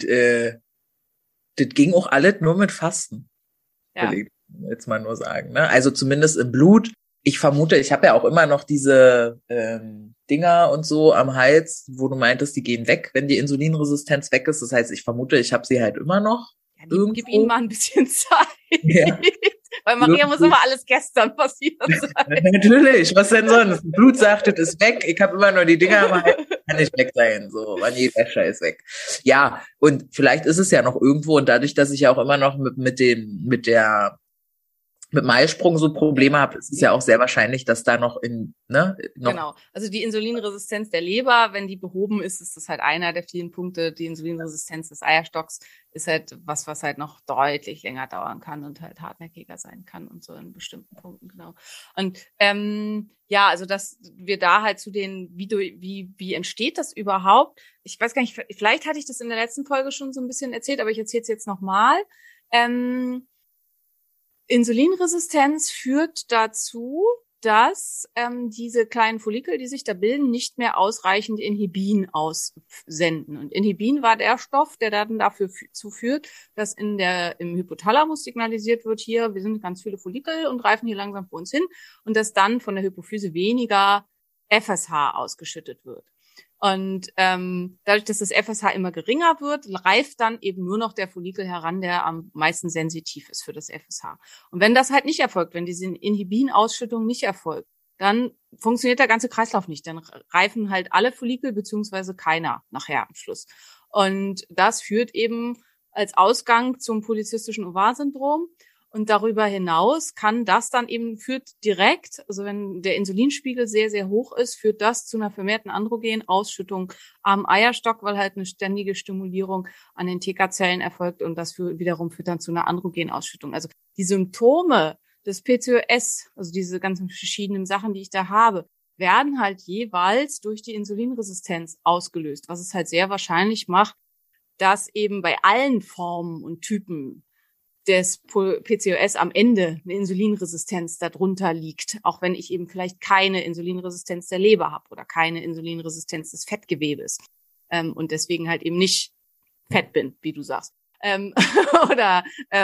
das ging auch alles nur mit Fasten. Ja. Will ich jetzt mal nur sagen. Ne? Also zumindest im Blut. Ich vermute, ich habe ja auch immer noch diese Dinger und so am Hals, wo du meintest, die gehen weg, wenn die Insulinresistenz weg ist. Das heißt, ich vermute, ich habe sie halt immer noch. Ja, gib ihnen mal ein bisschen Zeit. Ja. Weil Maria muss immer alles gestern passieren sein. Natürlich, was denn sonst? Blut sagt, das ist weg. Ich habe immer nur die Dinger am Hals, kann nicht weg sein. So, wann jeder Scheiß weg. Ja, und vielleicht ist es ja noch irgendwo und dadurch, dass ich ja auch immer noch mit Eisprung so Probleme habe, ist es ja auch sehr wahrscheinlich, dass da noch Genau. Also die Insulinresistenz der Leber, wenn die behoben ist, ist das halt einer der vielen Punkte. Die Insulinresistenz des Eierstocks ist halt was halt noch deutlich länger dauern kann und halt hartnäckiger sein kann und so in bestimmten Punkten, genau. Und ja, also dass wir da halt zu den, wie entsteht das überhaupt? Ich weiß gar nicht, vielleicht hatte ich das in der letzten Folge schon so ein bisschen erzählt, aber ich erzähle es jetzt nochmal. Insulinresistenz führt dazu, dass diese kleinen Follikel, die sich da bilden, nicht mehr ausreichend Inhibin aussenden. Und Inhibin war der Stoff, der dann dafür führt, dass im Hypothalamus signalisiert wird, hier, wir sind ganz viele Follikel und reifen hier langsam vor uns hin, und dass dann von der Hypophyse weniger FSH ausgeschüttet wird. Und dadurch, dass das FSH immer geringer wird, reift dann eben nur noch der Follikel heran, der am meisten sensitiv ist für das FSH. Und wenn das halt nicht erfolgt, wenn diese Inhibinausschüttung nicht erfolgt, dann funktioniert der ganze Kreislauf nicht. Dann reifen halt alle Follikel beziehungsweise keiner nachher am Schluss. Und das führt eben als Ausgang zum polyzystischen Ovarsyndrom. Und darüber hinaus kann das dann eben führt direkt, also wenn der Insulinspiegel sehr, sehr hoch ist, führt das zu einer vermehrten Androgenausschüttung am Eierstock, weil halt eine ständige Stimulierung an den TK-Zellen erfolgt, und das wiederum führt dann zu einer Androgenausschüttung. Also die Symptome des PCOS, also diese ganzen verschiedenen Sachen, die ich da habe, werden halt jeweils durch die Insulinresistenz ausgelöst, was es halt sehr wahrscheinlich macht, dass eben bei allen Formen und Typen des PCOS am Ende eine Insulinresistenz darunter liegt, auch wenn ich eben vielleicht keine Insulinresistenz der Leber habe oder keine Insulinresistenz des Fettgewebes und deswegen halt eben nicht fett bin, wie du sagst, oder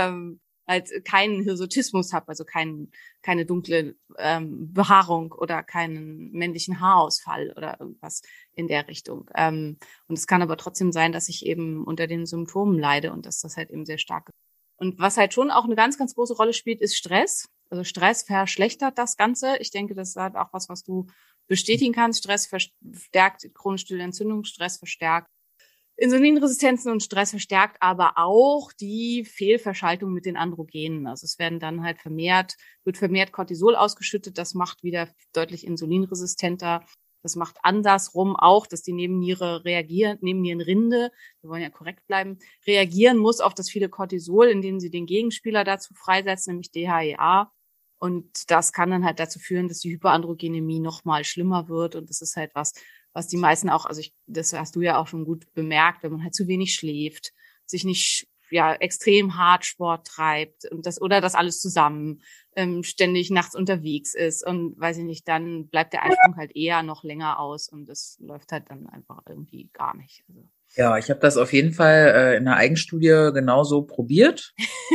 halt keinen Hirsutismus habe, also keine dunkle Behaarung oder keinen männlichen Haarausfall oder irgendwas in der Richtung. Und es kann aber trotzdem sein, dass ich eben unter den Symptomen leide und dass das halt eben sehr stark ist. Und was halt schon auch eine ganz, ganz große Rolle spielt, ist Stress. Also Stress verschlechtert das Ganze. Ich denke, das ist halt auch was du bestätigen kannst. Stress verstärkt chronische stille Entzündung, Stress verstärkt Insulinresistenzen, und Stress verstärkt aber auch die Fehlverschaltung mit den Androgenen. Also es werden dann halt wird vermehrt Cortisol ausgeschüttet. Das macht wieder deutlich insulinresistenter. Das macht andersrum auch, dass die Nebenniere Nebennierenrinde, wir wollen ja korrekt bleiben, reagieren muss auf das viele Cortisol, indem sie den Gegenspieler dazu freisetzt, nämlich DHEA. Und das kann dann halt dazu führen, dass die Hyperandrogenemie noch mal schlimmer wird. Und das ist halt was die meisten auch, also das hast du ja auch schon gut bemerkt, wenn man halt zu wenig schläft, sich nicht extrem hart Sport treibt und das alles zusammen ständig nachts unterwegs ist und weiß ich nicht, dann bleibt der Eisprung halt eher noch länger aus und das läuft halt dann einfach irgendwie gar nicht. Also. Ja, ich habe das auf jeden Fall in einer Eigenstudie genauso probiert.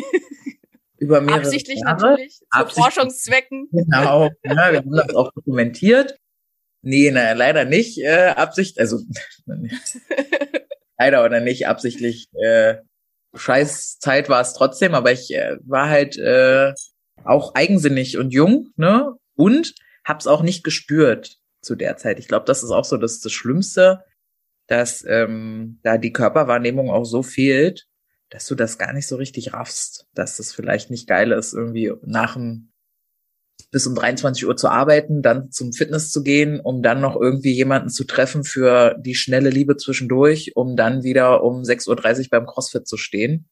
Über mehrere Absichtlich Jahre. Natürlich, zu Forschungszwecken. Genau, ja, wir haben das auch dokumentiert. Nee, leider nicht Absicht, also leider oder nicht absichtlich scheiß Zeit war es trotzdem, aber ich war halt auch eigensinnig und jung, ne? Und hab's auch nicht gespürt zu der Zeit. Ich glaube, das ist auch so das Schlimmste, dass da die Körperwahrnehmung auch so fehlt, dass du das gar nicht so richtig raffst, dass das vielleicht nicht geil ist, irgendwie bis um 23 Uhr zu arbeiten, dann zum Fitness zu gehen, um dann noch irgendwie jemanden zu treffen für die schnelle Liebe zwischendurch, um dann wieder um 6:30 Uhr beim CrossFit zu stehen.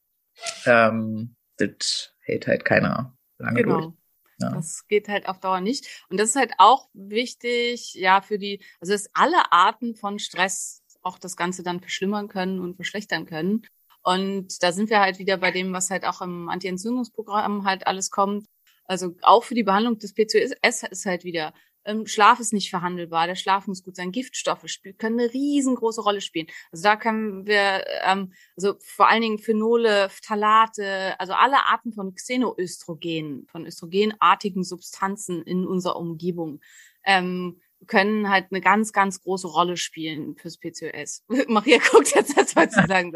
Das hält halt keiner lange durch. Ja. Das geht halt auf Dauer nicht. Und das ist halt auch wichtig, also dass alle Arten von Stress auch das Ganze dann verschlimmern können und verschlechtern können. Und da sind wir halt wieder bei dem, was halt auch im Anti-Entzündungsprogramm halt alles kommt. Also auch für die Behandlung des PCOS ist halt wieder, Schlaf ist nicht verhandelbar, der Schlaf muss gut sein, Giftstoffe können eine riesengroße Rolle spielen. Also da können wir, also vor allen Dingen Phenole, Phthalate, also alle Arten von Xenoöstrogenen, von östrogenartigen Substanzen in unserer Umgebung, können halt eine ganz, ganz große Rolle spielen fürs PCOS. Maria guckt jetzt erstmal zu sagen,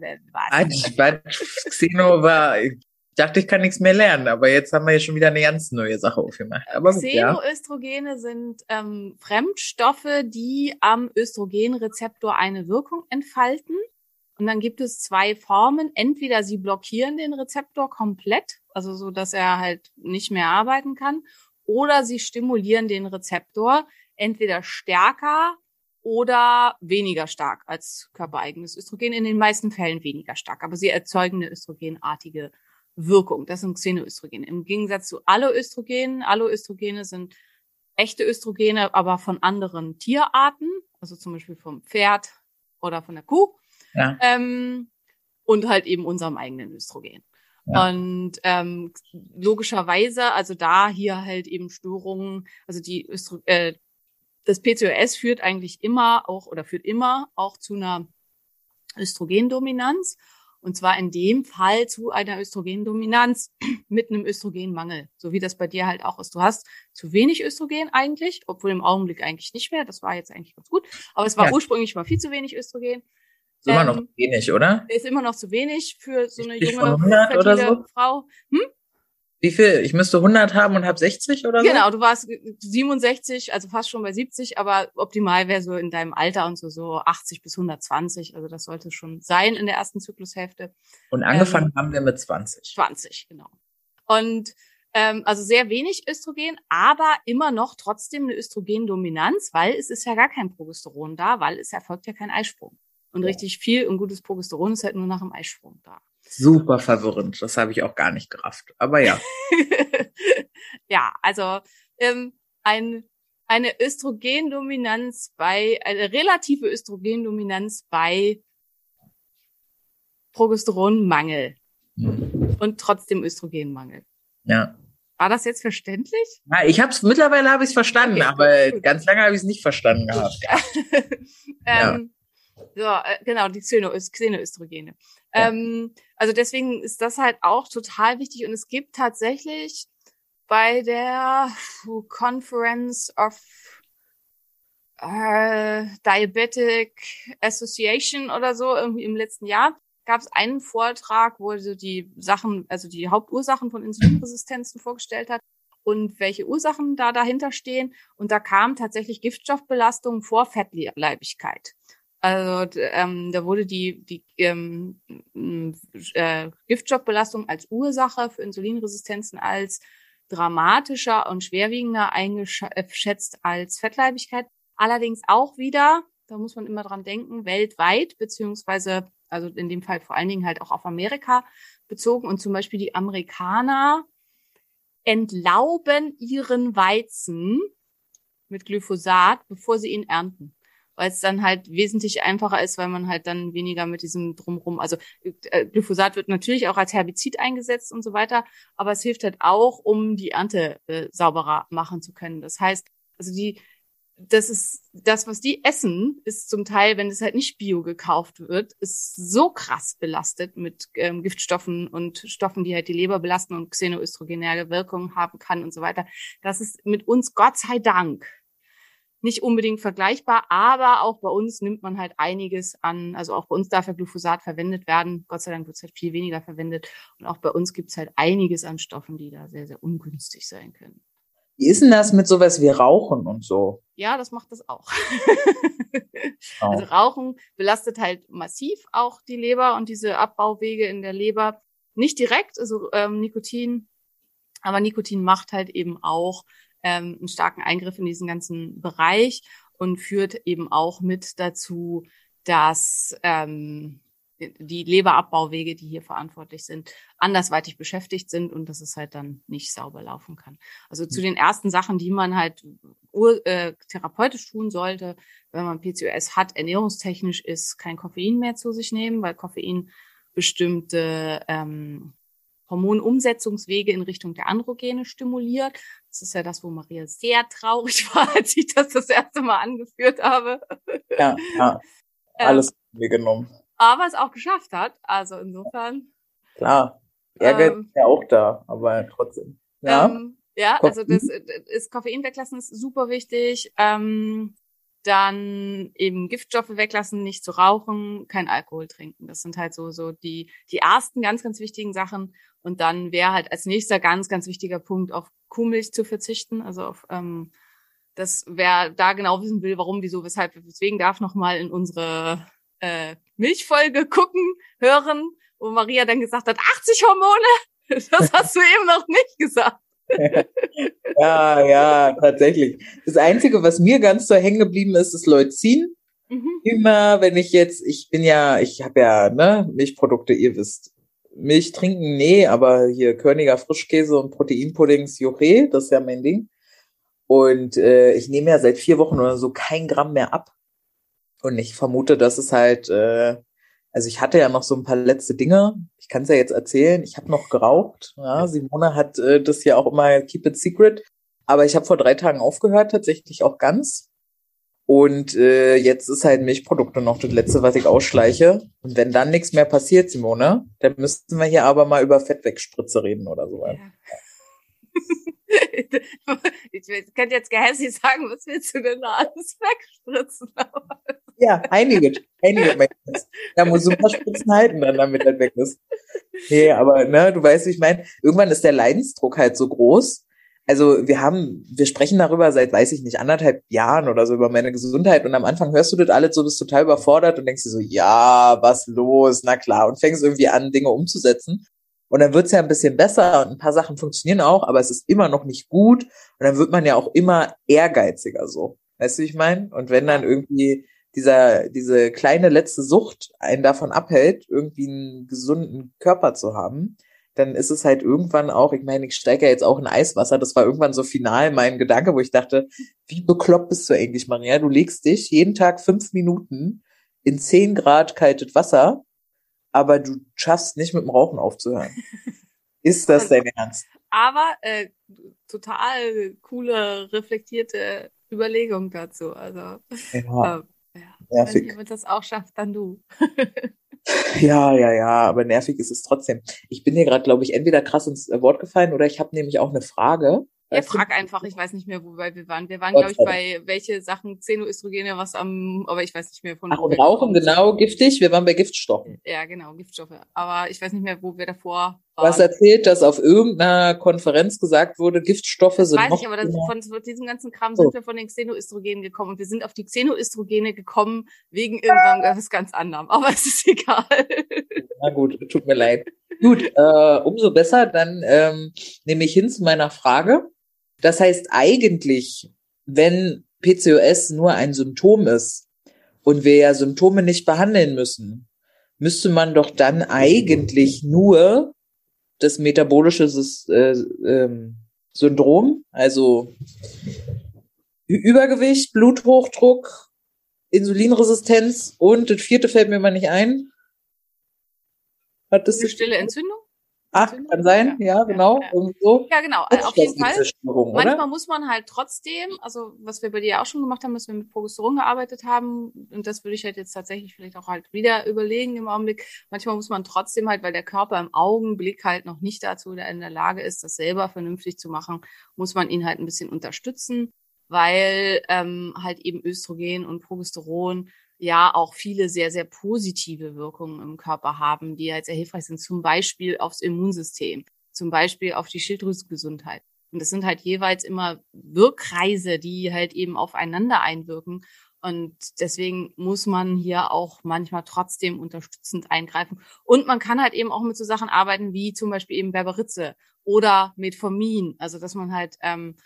was? Xeno war... Ich dachte, ich kann nichts mehr lernen, aber jetzt haben wir ja schon wieder eine ganz neue Sache aufgemacht. Aber Xenoöstrogene sind Fremdstoffe, die am Östrogenrezeptor eine Wirkung entfalten. Und dann gibt es zwei Formen. Entweder sie blockieren den Rezeptor komplett, also so, dass er halt nicht mehr arbeiten kann, oder sie stimulieren den Rezeptor entweder stärker oder weniger stark als körpereigenes Östrogen. In den meisten Fällen weniger stark, aber sie erzeugen eine östrogenartige Wirkung. Das sind Xenoöstrogene. Im Gegensatz zu Alloöstrogenen. Alloöstrogene sind echte Östrogene, aber von anderen Tierarten, also zum Beispiel vom Pferd oder von der Kuh. Ja. Und halt eben unserem eigenen Östrogen. Ja. Und logischerweise, also da hier halt eben Störungen, also das PCOS führt eigentlich immer auch zu einer Östrogendominanz. Und zwar in dem Fall zu einer Östrogendominanz mit einem Östrogenmangel, so wie das bei dir halt auch ist. Du hast zu wenig Östrogen eigentlich, obwohl im Augenblick eigentlich nicht mehr. Das war jetzt eigentlich ganz gut. Aber es war ursprünglich mal viel zu wenig Östrogen. Ist immer noch wenig, oder? Ist immer noch zu wenig für so eine Nicht junge, von 100 oder fertile so? Frau. Wie viel? Ich müsste 100 haben und habe 60 oder so? Genau, du warst 67, also fast schon bei 70, aber optimal wäre so in deinem Alter und so 80 bis 120. Also das sollte schon sein in der ersten Zyklushälfte. Und angefangen haben wir mit 20. 20, genau. Und also sehr wenig Östrogen, aber immer noch trotzdem eine Östrogendominanz, weil es ist ja gar kein Progesteron da, weil es erfolgt ja kein Eisprung. Und richtig viel und gutes Progesteron ist halt nur nach dem Eisprung da. Super verwirrend. Das habe ich auch gar nicht gerafft. Aber ja. Ja, also eine Östrogendominanz eine relative Östrogendominanz bei Progesteronmangel und trotzdem Östrogenmangel. Ja. War das jetzt verständlich? Ja, mittlerweile habe ich es verstanden, Okay, aber gut. ganz lange habe ich es nicht verstanden gehabt. Ja. Genau, die Xenoöstrogene. Ja. Also deswegen ist das halt auch total wichtig. Und es gibt tatsächlich bei der Conference of Diabetic Association oder so, irgendwie im letzten Jahr, gab es einen Vortrag, wo so die Sachen, also die Hauptursachen von Insulinresistenzen vorgestellt hat und welche Ursachen da dahinter stehen. Und da kam tatsächlich Giftstoffbelastung vor Fettleibigkeit. Also da wurde die Giftstoffbelastung als Ursache für Insulinresistenzen als dramatischer und schwerwiegender eingeschätzt als Fettleibigkeit. Allerdings auch wieder, da muss man immer dran denken, weltweit, beziehungsweise also in dem Fall vor allen Dingen halt auch auf Amerika bezogen. Und zum Beispiel die Amerikaner entlauben ihren Weizen mit Glyphosat, bevor sie ihn ernten. Weil es dann halt wesentlich einfacher ist, weil man halt dann weniger mit diesem Drumrum, also Glyphosat wird natürlich auch als Herbizid eingesetzt und so weiter, aber es hilft halt auch, um die Ernte sauberer machen zu können. Das heißt, also das ist das, was die essen, ist zum Teil, wenn es halt nicht bio gekauft wird, ist so krass belastet mit Giftstoffen und Stoffen, die halt die Leber belasten und xenoöstrogenäre Wirkungen haben kann und so weiter. Das ist mit uns Gott sei Dank nicht unbedingt vergleichbar, aber auch bei uns nimmt man halt einiges an, also auch bei uns darf ja Glyphosat verwendet werden. Gott sei Dank wird es halt viel weniger verwendet. Und auch bei uns gibt es halt einiges an Stoffen, die da sehr, sehr ungünstig sein können. Wie ist denn das mit sowas wie Rauchen und so? Ja, das macht das auch. Oh. Also Rauchen belastet halt massiv auch die Leber und diese Abbauwege in der Leber. Nicht direkt, also Nikotin, aber Nikotin macht halt eben auch einen starken Eingriff in diesen ganzen Bereich und führt eben auch mit dazu, dass die Leberabbauwege, die hier verantwortlich sind, andersweitig beschäftigt sind und dass es halt dann nicht sauber laufen kann. Also zu den ersten Sachen, die man halt therapeutisch tun sollte, wenn man PCOS hat, ernährungstechnisch, ist kein Koffein mehr zu sich nehmen, weil Koffein bestimmte Hormonumsetzungswege in Richtung der Androgene stimuliert. Das ist ja das, wo Maria sehr traurig war, als ich das erste Mal angeführt habe. Ja. Alles mir genommen. Aber es auch geschafft hat. Also insofern. Klar. Ehrgeiz ist ja auch da, aber trotzdem. Ja. Ja, Koffein. also das ist Koffein weglassen ist super wichtig. Dann eben Giftstoffe weglassen, nicht zu rauchen, kein Alkohol trinken. Das sind halt so die ersten ganz, ganz wichtigen Sachen. Und dann wäre halt als nächster ganz, ganz wichtiger Punkt auf Kuhmilch zu verzichten. Also auf das, wer da genau wissen will, warum, wieso, weshalb, weswegen, darf noch mal in unsere Milchfolge hören, wo Maria dann gesagt hat, 80 Hormone. Das hast du eben noch nicht gesagt. Ja, tatsächlich. Das Einzige, was mir ganz so hängen geblieben ist Leucin. Immer, wenn ich habe ja, Milchprodukte, ihr wisst. Milch trinken, nee, aber hier Körniger Frischkäse und Proteinpuddings, Juche, das ist ja mein Ding. Und ich nehme ja seit 4 Wochen oder so kein Gramm mehr ab. Und ich vermute, dass es halt Also ich hatte ja noch so ein paar letzte Dinge. Ich kann es ja jetzt erzählen. Ich habe noch geraucht. Ja, Simone hat das ja auch immer keep it secret. Aber ich habe vor 3 Tagen aufgehört, tatsächlich auch ganz. Und jetzt ist halt Milchprodukte noch das Letzte, was ich ausschleiche. Und wenn dann nichts mehr passiert, Simone, dann müssten wir hier aber mal über Fettwegspritze reden oder so. Ja. Ich könnte jetzt gehässig sagen, was willst du denn da alles wegspritzen? Ja, einige. Da muss super Spritzen halten, dann, damit das weg ist. Nee, aber ne, du weißt, wie ich meine, irgendwann ist der Leidensdruck halt so groß. Also wir sprechen darüber seit, weiß ich nicht, 1,5 Jahren oder so über meine Gesundheit und am Anfang hörst du das alles so, bist total überfordert und denkst dir so, ja, was los, na klar, und fängst irgendwie an, Dinge umzusetzen. Und dann wird's ja ein bisschen besser und ein paar Sachen funktionieren auch, aber es ist immer noch nicht gut. Und dann wird man ja auch immer ehrgeiziger so. Weißt du, wie ich meine? Und wenn dann irgendwie diese kleine letzte Sucht einen davon abhält, irgendwie einen gesunden Körper zu haben, dann ist es halt irgendwann auch, ich meine, ich steige ja jetzt auch in Eiswasser, das war irgendwann so final mein Gedanke, wo ich dachte, wie bekloppt bist du eigentlich, Maria? Du legst dich jeden Tag 5 Minuten in 10 Grad kaltes Wasser, aber du schaffst nicht mit dem Rauchen aufzuhören. Ist das dein Ernst? Aber total coole, reflektierte Überlegung dazu. Also Ja, wenn nervig. jemand das auch schafft, dann du. Ja, aber nervig ist es trotzdem. Ich bin hier gerade, glaube ich, entweder krass ins Wort gefallen oder ich habe nämlich auch eine Frage. Ja, Weißt du? frag einfach, ich weiß nicht mehr, wobei wir waren. Wir waren, glaube ich, bei welche Sachen, Xenoöstrogene, aber ich weiß nicht mehr von Ach, wo und wir Rauchen, gekommen sind. genau, giftig. Wir waren bei Giftstoffen. Ja, genau, Giftstoffe. Aber ich weiß nicht mehr, wo wir davor Du hast waren. erzählt, dass auf irgendeiner Konferenz gesagt wurde, Giftstoffe Das sind weiß noch ich, aber von diesem ganzen Kram So. sind wir von den Xenoöstrogenen gekommen. Und wir sind auf die Xenoöstrogene gekommen wegen irgendwas ganz anderem. Aber es ist egal. Na gut, tut mir leid. Gut, umso besser, dann nehme ich hin zu meiner Frage. Das heißt eigentlich, wenn PCOS nur ein Symptom ist und wir ja Symptome nicht behandeln müssen, müsste man doch dann eigentlich nur das metabolische Syndrom, also Übergewicht, Bluthochdruck, Insulinresistenz und das 4. fällt mir mal nicht ein. Hat das Eine stille Entzündung? Ach, kann sein, ja, genau, Ja. irgendwie so. Ja, genau, auf jeden Fall. Störung, Manchmal oder? muss man halt trotzdem, also was wir bei dir auch schon gemacht haben, dass wir mit Progesteron gearbeitet haben, und das würde ich halt jetzt tatsächlich vielleicht auch halt wieder überlegen im Augenblick. Manchmal muss man trotzdem halt, weil der Körper im Augenblick halt noch nicht dazu in der Lage ist, das selber vernünftig zu machen, muss man ihn halt ein bisschen unterstützen, weil halt eben Östrogen und Progesteron ja auch viele sehr, sehr positive Wirkungen im Körper haben, die halt sehr hilfreich sind, zum Beispiel aufs Immunsystem, zum Beispiel auf die Schilddrüsengesundheit. Und das sind halt jeweils immer Wirkkreise, die halt eben aufeinander einwirken. Und deswegen muss man hier auch manchmal trotzdem unterstützend eingreifen. Und man kann halt eben auch mit so Sachen arbeiten, wie zum Beispiel eben Berberitze oder Metformin. Also dass man halt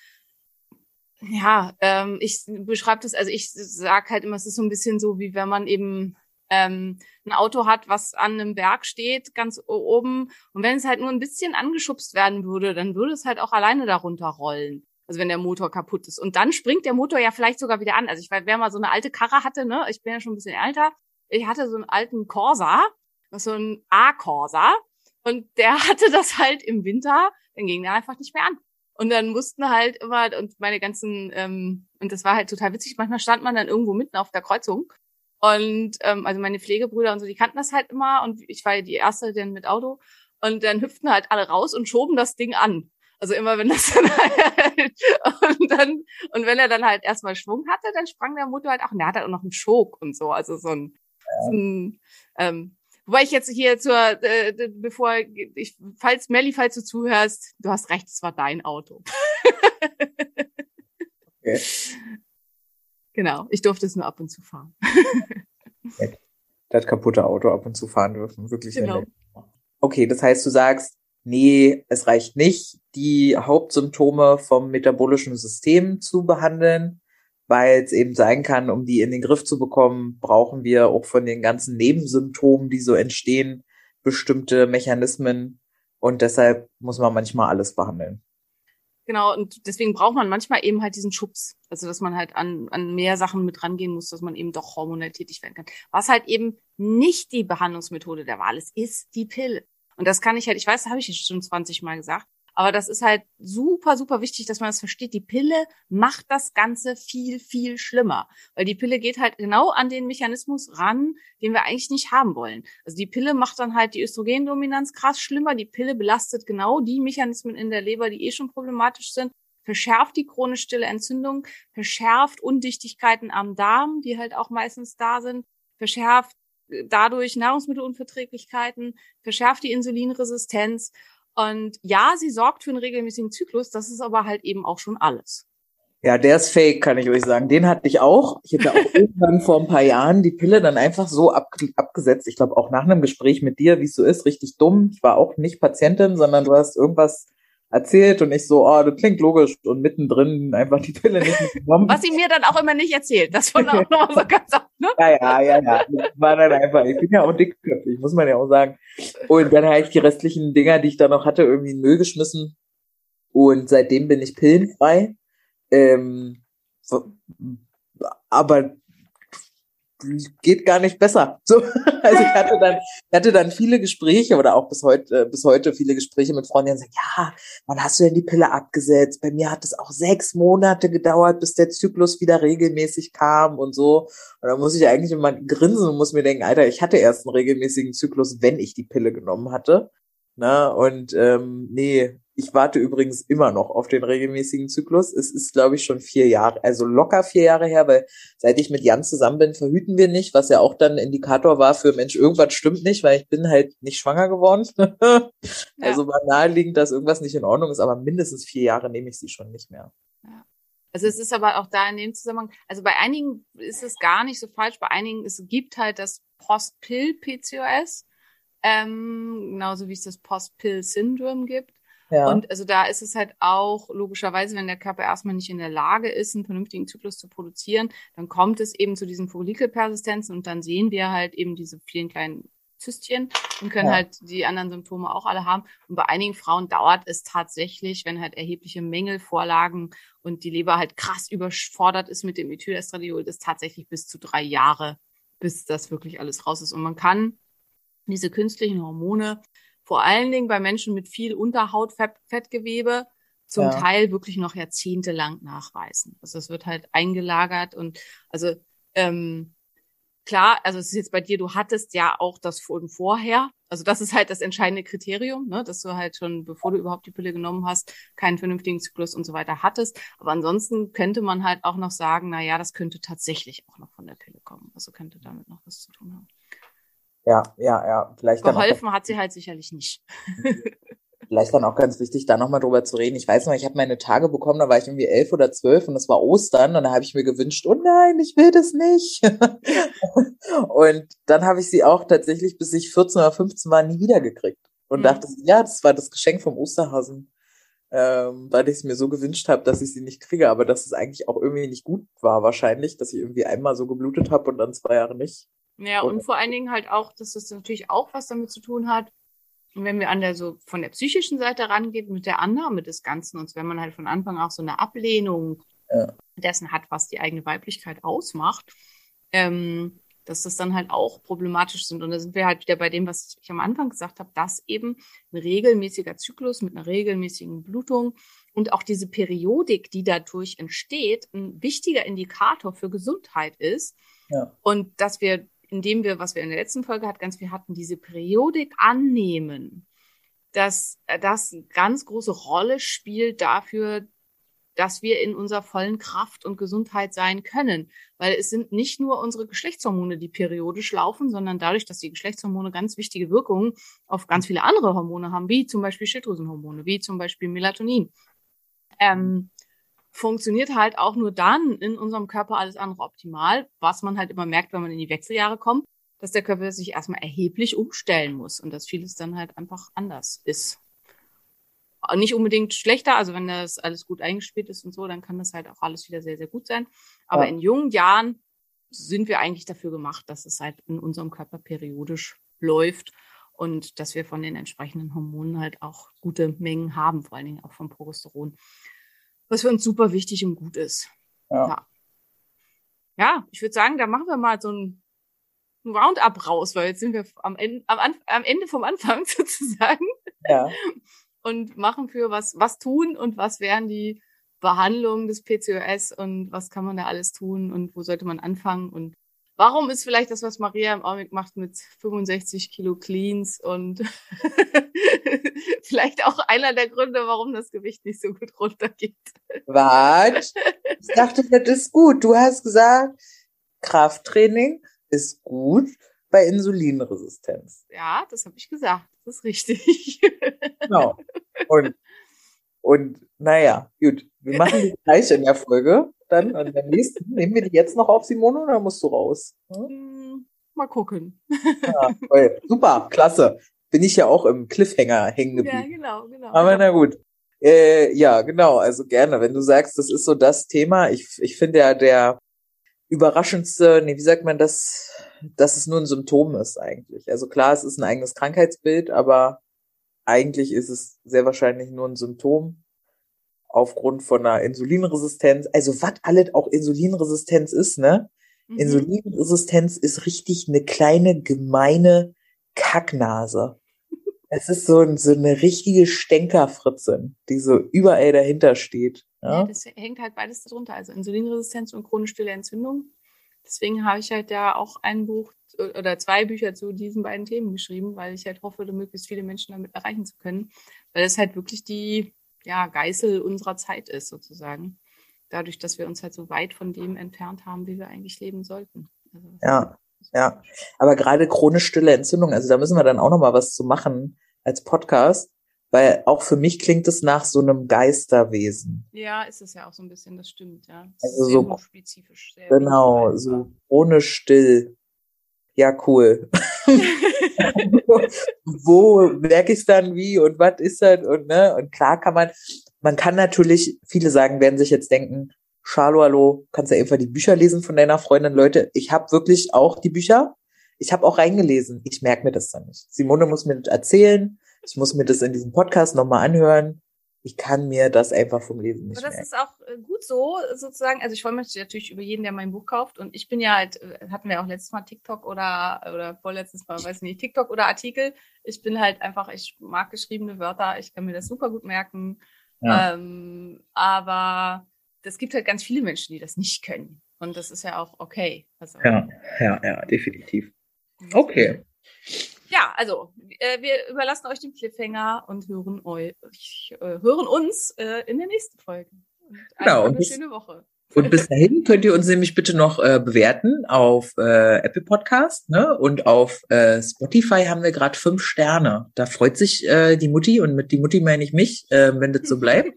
ich beschreibe das, also ich sag halt immer, es ist so ein bisschen so, wie wenn man eben ein Auto hat, was an einem Berg steht, ganz oben. Und wenn es halt nur ein bisschen angeschubst werden würde, dann würde es halt auch alleine darunter rollen. Also wenn der Motor kaputt ist. Und dann springt der Motor ja vielleicht sogar wieder an. Also ich weiß, wer mal so eine alte Karre hatte, ne, ich bin ja schon ein bisschen älter, ich hatte so einen alten Corsa, so einen A-Corsa. Und der hatte das halt im Winter, dann ging der einfach nicht mehr an. Und dann mussten halt immer, und meine ganzen, und das war halt total witzig, manchmal stand man dann irgendwo mitten auf der Kreuzung. Und also meine Pflegebrüder und so, die kannten das halt immer. Und ich war ja die Erste denn mit Auto. Und dann hüpften halt alle raus und schoben das Ding an. Also immer, wenn das dann halt, und wenn er dann halt erstmal Schwung hatte, dann sprang der Motor halt auch, und der hat halt auch noch einen Schok und so. Also so ein wobei ich jetzt hier falls du zuhörst, du hast recht, es war dein Auto. Okay. Genau, ich durfte es nur ab und zu fahren. Das kaputte Auto ab und zu fahren dürfen, wirklich. Genau. Okay, das heißt, du sagst, nee, es reicht nicht, die Hauptsymptome vom metabolischen System zu behandeln, weil es eben sein kann, um die in den Griff zu bekommen, brauchen wir auch von den ganzen Nebensymptomen, die so entstehen, bestimmte Mechanismen und deshalb muss man manchmal alles behandeln. Genau, und deswegen braucht man manchmal eben halt diesen Schubs. Also, dass man halt an mehr Sachen mit rangehen muss, dass man eben doch hormonell tätig werden kann. Was halt eben nicht die Behandlungsmethode der Wahl ist die Pille. Und das kann ich halt, ich weiß, das habe ich jetzt schon 20 Mal gesagt, aber das ist halt super, super wichtig, dass man das versteht. Die Pille macht das Ganze viel, viel schlimmer. Weil die Pille geht halt genau an den Mechanismus ran, den wir eigentlich nicht haben wollen. Also die Pille macht dann halt die Östrogendominanz krass schlimmer. Die Pille belastet genau die Mechanismen in der Leber, die schon problematisch sind, verschärft die chronisch stille Entzündung, verschärft Undichtigkeiten am Darm, die halt auch meistens da sind, verschärft dadurch Nahrungsmittelunverträglichkeiten, verschärft die Insulinresistenz. Und ja, sie sorgt für einen regelmäßigen Zyklus, das ist aber halt eben auch schon alles. Ja, der ist fake, kann ich euch sagen. Den hatte ich auch. Ich hatte auch irgendwann vor ein paar Jahren die Pille dann einfach so abgesetzt. Ich glaube auch nach einem Gespräch mit dir, wie es so ist, richtig dumm. Ich war auch nicht Patientin, sondern du hast irgendwas erzählt und ich so, oh, das klingt logisch und mittendrin einfach die Pille nicht mitgenommen. Was sie mir dann auch immer nicht erzählt, das war auch noch so ganz, ne? Ja. Das war dann einfach, ich bin ja auch dickköpfig, muss man ja auch sagen. Und dann habe ich die restlichen Dinger, die ich da noch hatte, irgendwie in den Müll geschmissen. Und seitdem bin ich pillenfrei. Aber geht gar nicht besser. So, also ich hatte dann viele Gespräche oder auch bis heute viele Gespräche mit Frauen, die dann sagen, ja, wann hast du denn die Pille abgesetzt? Bei mir hat es auch 6 Monate gedauert, bis der Zyklus wieder regelmäßig kam und so. Und da muss ich eigentlich immer grinsen und muss mir denken, Alter, ich hatte erst einen regelmäßigen Zyklus, wenn ich die Pille genommen hatte. Na, und nee, ich warte übrigens immer noch auf den regelmäßigen Zyklus. Es ist, glaube ich, schon 4 Jahre, also locker 4 Jahre her, weil seit ich mit Jan zusammen bin, verhüten wir nicht, was ja auch dann ein Indikator war für, Mensch, irgendwas stimmt nicht, weil ich bin halt nicht schwanger geworden. Also war naheliegend, dass irgendwas nicht in Ordnung ist, aber mindestens 4 Jahre nehme ich sie schon nicht mehr. Ja. Also es ist aber auch da in dem Zusammenhang, also bei einigen ist es gar nicht so falsch, bei einigen, es gibt halt das Post-Pill-PCOS, genauso wie es das Post-Pill-Syndrom gibt. Ja. Und also da ist es halt auch logischerweise, wenn der Körper erstmal nicht in der Lage ist, einen vernünftigen Zyklus zu produzieren, dann kommt es eben zu diesen Follikelpersistenzen und dann sehen wir halt eben diese vielen kleinen Zystchen und können halt die anderen Symptome auch alle haben. Und bei einigen Frauen dauert es tatsächlich, wenn halt erhebliche Mängel vorlagen und die Leber halt krass überfordert ist mit dem Ethylestradiol, das tatsächlich bis zu 3 Jahre, bis das wirklich alles raus ist. Und man kann diese künstlichen Hormone vor allen Dingen bei Menschen mit viel Unterhautfettgewebe zum Teil wirklich noch jahrzehntelang nachweisen. Also das wird halt eingelagert und also klar, also es ist jetzt bei dir, du hattest ja auch das von vorher. Also das ist halt das entscheidende Kriterium, ne, dass du halt schon, bevor du überhaupt die Pille genommen hast, keinen vernünftigen Zyklus und so weiter hattest. Aber ansonsten könnte man halt auch noch sagen, na ja, das könnte tatsächlich auch noch von der Pille kommen. Also könnte damit noch was zu tun haben. Ja. Vielleicht geholfen hat sie halt sicherlich nicht. Vielleicht dann auch ganz wichtig, da nochmal drüber zu reden. Ich weiß noch, ich habe meine Tage bekommen, da war ich irgendwie 11 oder 12 und das war Ostern und da habe ich mir gewünscht, oh nein, ich will das nicht. Und dann habe ich sie auch tatsächlich, bis ich 14 oder 15 war, nie wieder gekriegt. Und dachte, ja, das war das Geschenk vom Osterhasen, weil ich es mir so gewünscht habe, dass ich sie nicht kriege, aber dass es eigentlich auch irgendwie nicht gut war wahrscheinlich, dass ich irgendwie einmal so geblutet habe und dann 2 Jahre nicht. Ja, und vor allen Dingen halt auch, dass das natürlich auch was damit zu tun hat, wenn wir von der psychischen Seite rangehen, mit der Annahme des Ganzen, und wenn man halt von Anfang auch so eine Ablehnung dessen hat, was die eigene Weiblichkeit ausmacht, dass das dann halt auch problematisch sind. Und da sind wir halt wieder bei dem, was ich am Anfang gesagt habe, dass eben ein regelmäßiger Zyklus mit einer regelmäßigen Blutung und auch diese Periodik, die dadurch entsteht, ein wichtiger Indikator für Gesundheit ist. Ja. Und dass wir, indem wir, was wir in der letzten Folge ganz viel hatten, diese Periodik annehmen, dass das eine ganz große Rolle spielt dafür, dass wir in unserer vollen Kraft und Gesundheit sein können. Weil es sind nicht nur unsere Geschlechtshormone, die periodisch laufen, sondern dadurch, dass die Geschlechtshormone ganz wichtige Wirkungen auf ganz viele andere Hormone haben, wie zum Beispiel Schilddrüsenhormone, wie zum Beispiel Melatonin, funktioniert halt auch nur dann in unserem Körper alles andere optimal, was man halt immer merkt, wenn man in die Wechseljahre kommt, dass der Körper sich erstmal erheblich umstellen muss und dass vieles dann halt einfach anders ist. Nicht unbedingt schlechter, also wenn das alles gut eingespielt ist und so, dann kann das halt auch alles wieder sehr, sehr gut sein. Aber in jungen Jahren sind wir eigentlich dafür gemacht, dass es halt in unserem Körper periodisch läuft und dass wir von den entsprechenden Hormonen halt auch gute Mengen haben, vor allen Dingen auch vom Progesteron. was für uns super wichtig und gut ist. Ja, ich würde sagen, da machen wir mal so ein Roundup raus, weil jetzt sind wir am Ende vom Anfang sozusagen. Ja. Und machen für was tun und was wären die Behandlungen des PCOS und was kann man da alles tun und wo sollte man anfangen und warum ist vielleicht das, was Maria im Augenblick macht mit 65 Kilo Cleans und vielleicht auch einer der Gründe, warum das Gewicht nicht so gut runtergeht. Was? Ich dachte, das ist gut. Du hast gesagt, Krafttraining ist gut bei Insulinresistenz. Ja, das habe ich gesagt. Das ist richtig. Genau. Und naja, gut. Wir machen die gleiche in der Folge. Dann an der nächsten. Nehmen wir die jetzt noch auf, Simone, oder musst du raus? Mal gucken. Ja, super, klasse. Bin ich ja auch im Cliffhanger hängen geblieben. Ja, genau. Aber na gut. Ja, genau. Also gerne, wenn du sagst, das ist so das Thema. Ich finde ja der überraschendste, wie sagt man das, dass es nur ein Symptom ist eigentlich. Also klar, es ist ein eigenes Krankheitsbild, aber eigentlich ist es sehr wahrscheinlich nur ein Symptom aufgrund von einer Insulinresistenz. Also was alles auch Insulinresistenz ist, ne? Mhm. Insulinresistenz ist richtig eine kleine, gemeine Kacknase. Es ist so eine richtige Stänkerfritzin, die so überall dahinter steht. Ja, das hängt halt beides darunter. Also Insulinresistenz und chronisch stille Entzündung. Deswegen habe ich halt da auch ein Buch oder 2 Bücher zu diesen beiden Themen geschrieben, weil ich halt hoffe, möglichst viele Menschen damit erreichen zu können. Weil das halt wirklich die Geißel unserer Zeit ist, sozusagen. Dadurch, dass wir uns halt so weit von dem entfernt haben, wie wir eigentlich leben sollten. Also, ja. Aber gerade chronisch stille Entzündung, also da müssen wir dann auch noch mal was zu machen als Podcast, weil auch für mich klingt es nach so einem Geisterwesen. Ja, ist es ja auch so ein bisschen, das stimmt, ja. Das also ist so spezifisch. Sehr genau, so chronisch still. Ja, cool. Wo merke ich es dann wie und was ist das und klar man kann natürlich, viele werden sich jetzt denken, Schalo, hallo, kannst ja einfach die Bücher lesen von deiner Freundin. Leute, ich habe wirklich auch die Bücher, ich habe auch reingelesen, ich merke mir das dann nicht. Simone muss mir das erzählen, ich muss mir das in diesem Podcast nochmal anhören. Ich kann mir das einfach vom Lesen nicht merken. Aber das ist auch gut so, sozusagen. Also ich freue mich natürlich über jeden, der mein Buch kauft. Und ich bin ja halt, hatten wir auch letztes Mal TikTok oder vorletztes Mal, weiß nicht, TikTok oder Artikel. Ich bin halt einfach, ich mag geschriebene Wörter. Ich kann mir das super gut merken. Ja. Aber es gibt halt ganz viele Menschen, die das nicht können. Und das ist ja auch okay. Also, ja, definitiv. Okay. Ja, also wir überlassen euch den Cliffhanger und hören uns in der nächsten Folge. Und eine schöne Woche. Und bis dahin könnt ihr uns nämlich bitte noch bewerten auf Apple Podcast, ne? Und auf Spotify haben wir gerade 5 Sterne. Da freut sich die Mutti, und mit die Mutti meine ich mich, wenn das so bleibt.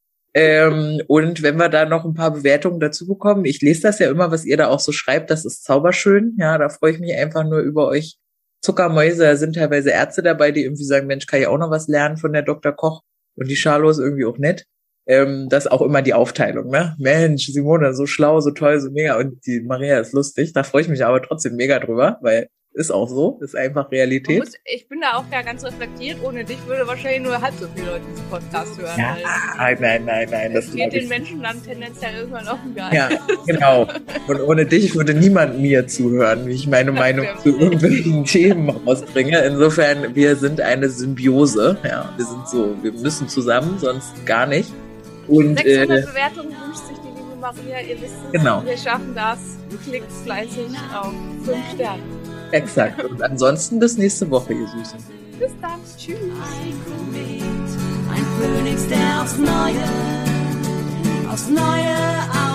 Und wenn wir da noch ein paar Bewertungen dazu bekommen, ich lese das ja immer, was ihr da auch so schreibt, das ist zauberschön. Ja, da freue ich mich einfach nur über euch. Zuckermäuse, da sind teilweise Ärzte dabei, die irgendwie sagen, Mensch, kann ich auch noch was lernen von der Dr. Koch? Und die Schalo ist irgendwie auch nett. Das ist auch immer die Aufteilung, ne? Mensch, Simone, so schlau, so toll, so mega. Und die Maria ist lustig. Da freue ich mich aber trotzdem mega drüber, weil ist auch so, ist einfach Realität. Ich bin da auch gar ganz reflektiert. Ohne dich würde wahrscheinlich nur halb so viele Leute diesen Podcast hören. Ja, nein. Das geht den Menschen dann tendenziell irgendwann auch egal. Ja, genau. Und ohne dich würde niemand mir zuhören, wie ich meine Meinung zu irgendwelchen Themen rausbringe. Insofern, wir sind eine Symbiose. Ja, wir müssen zusammen, sonst gar nicht. Und 600 Bewertungen wünscht sich die liebe Maria. Ihr wisst es, genau. Wir schaffen das. Klickt fleißig auf 5 Sterne. Exakt. Und ansonsten bis nächste Woche, ihr Süßen. Bis dann. Tschüss. Ein Phönix, der aufs Neue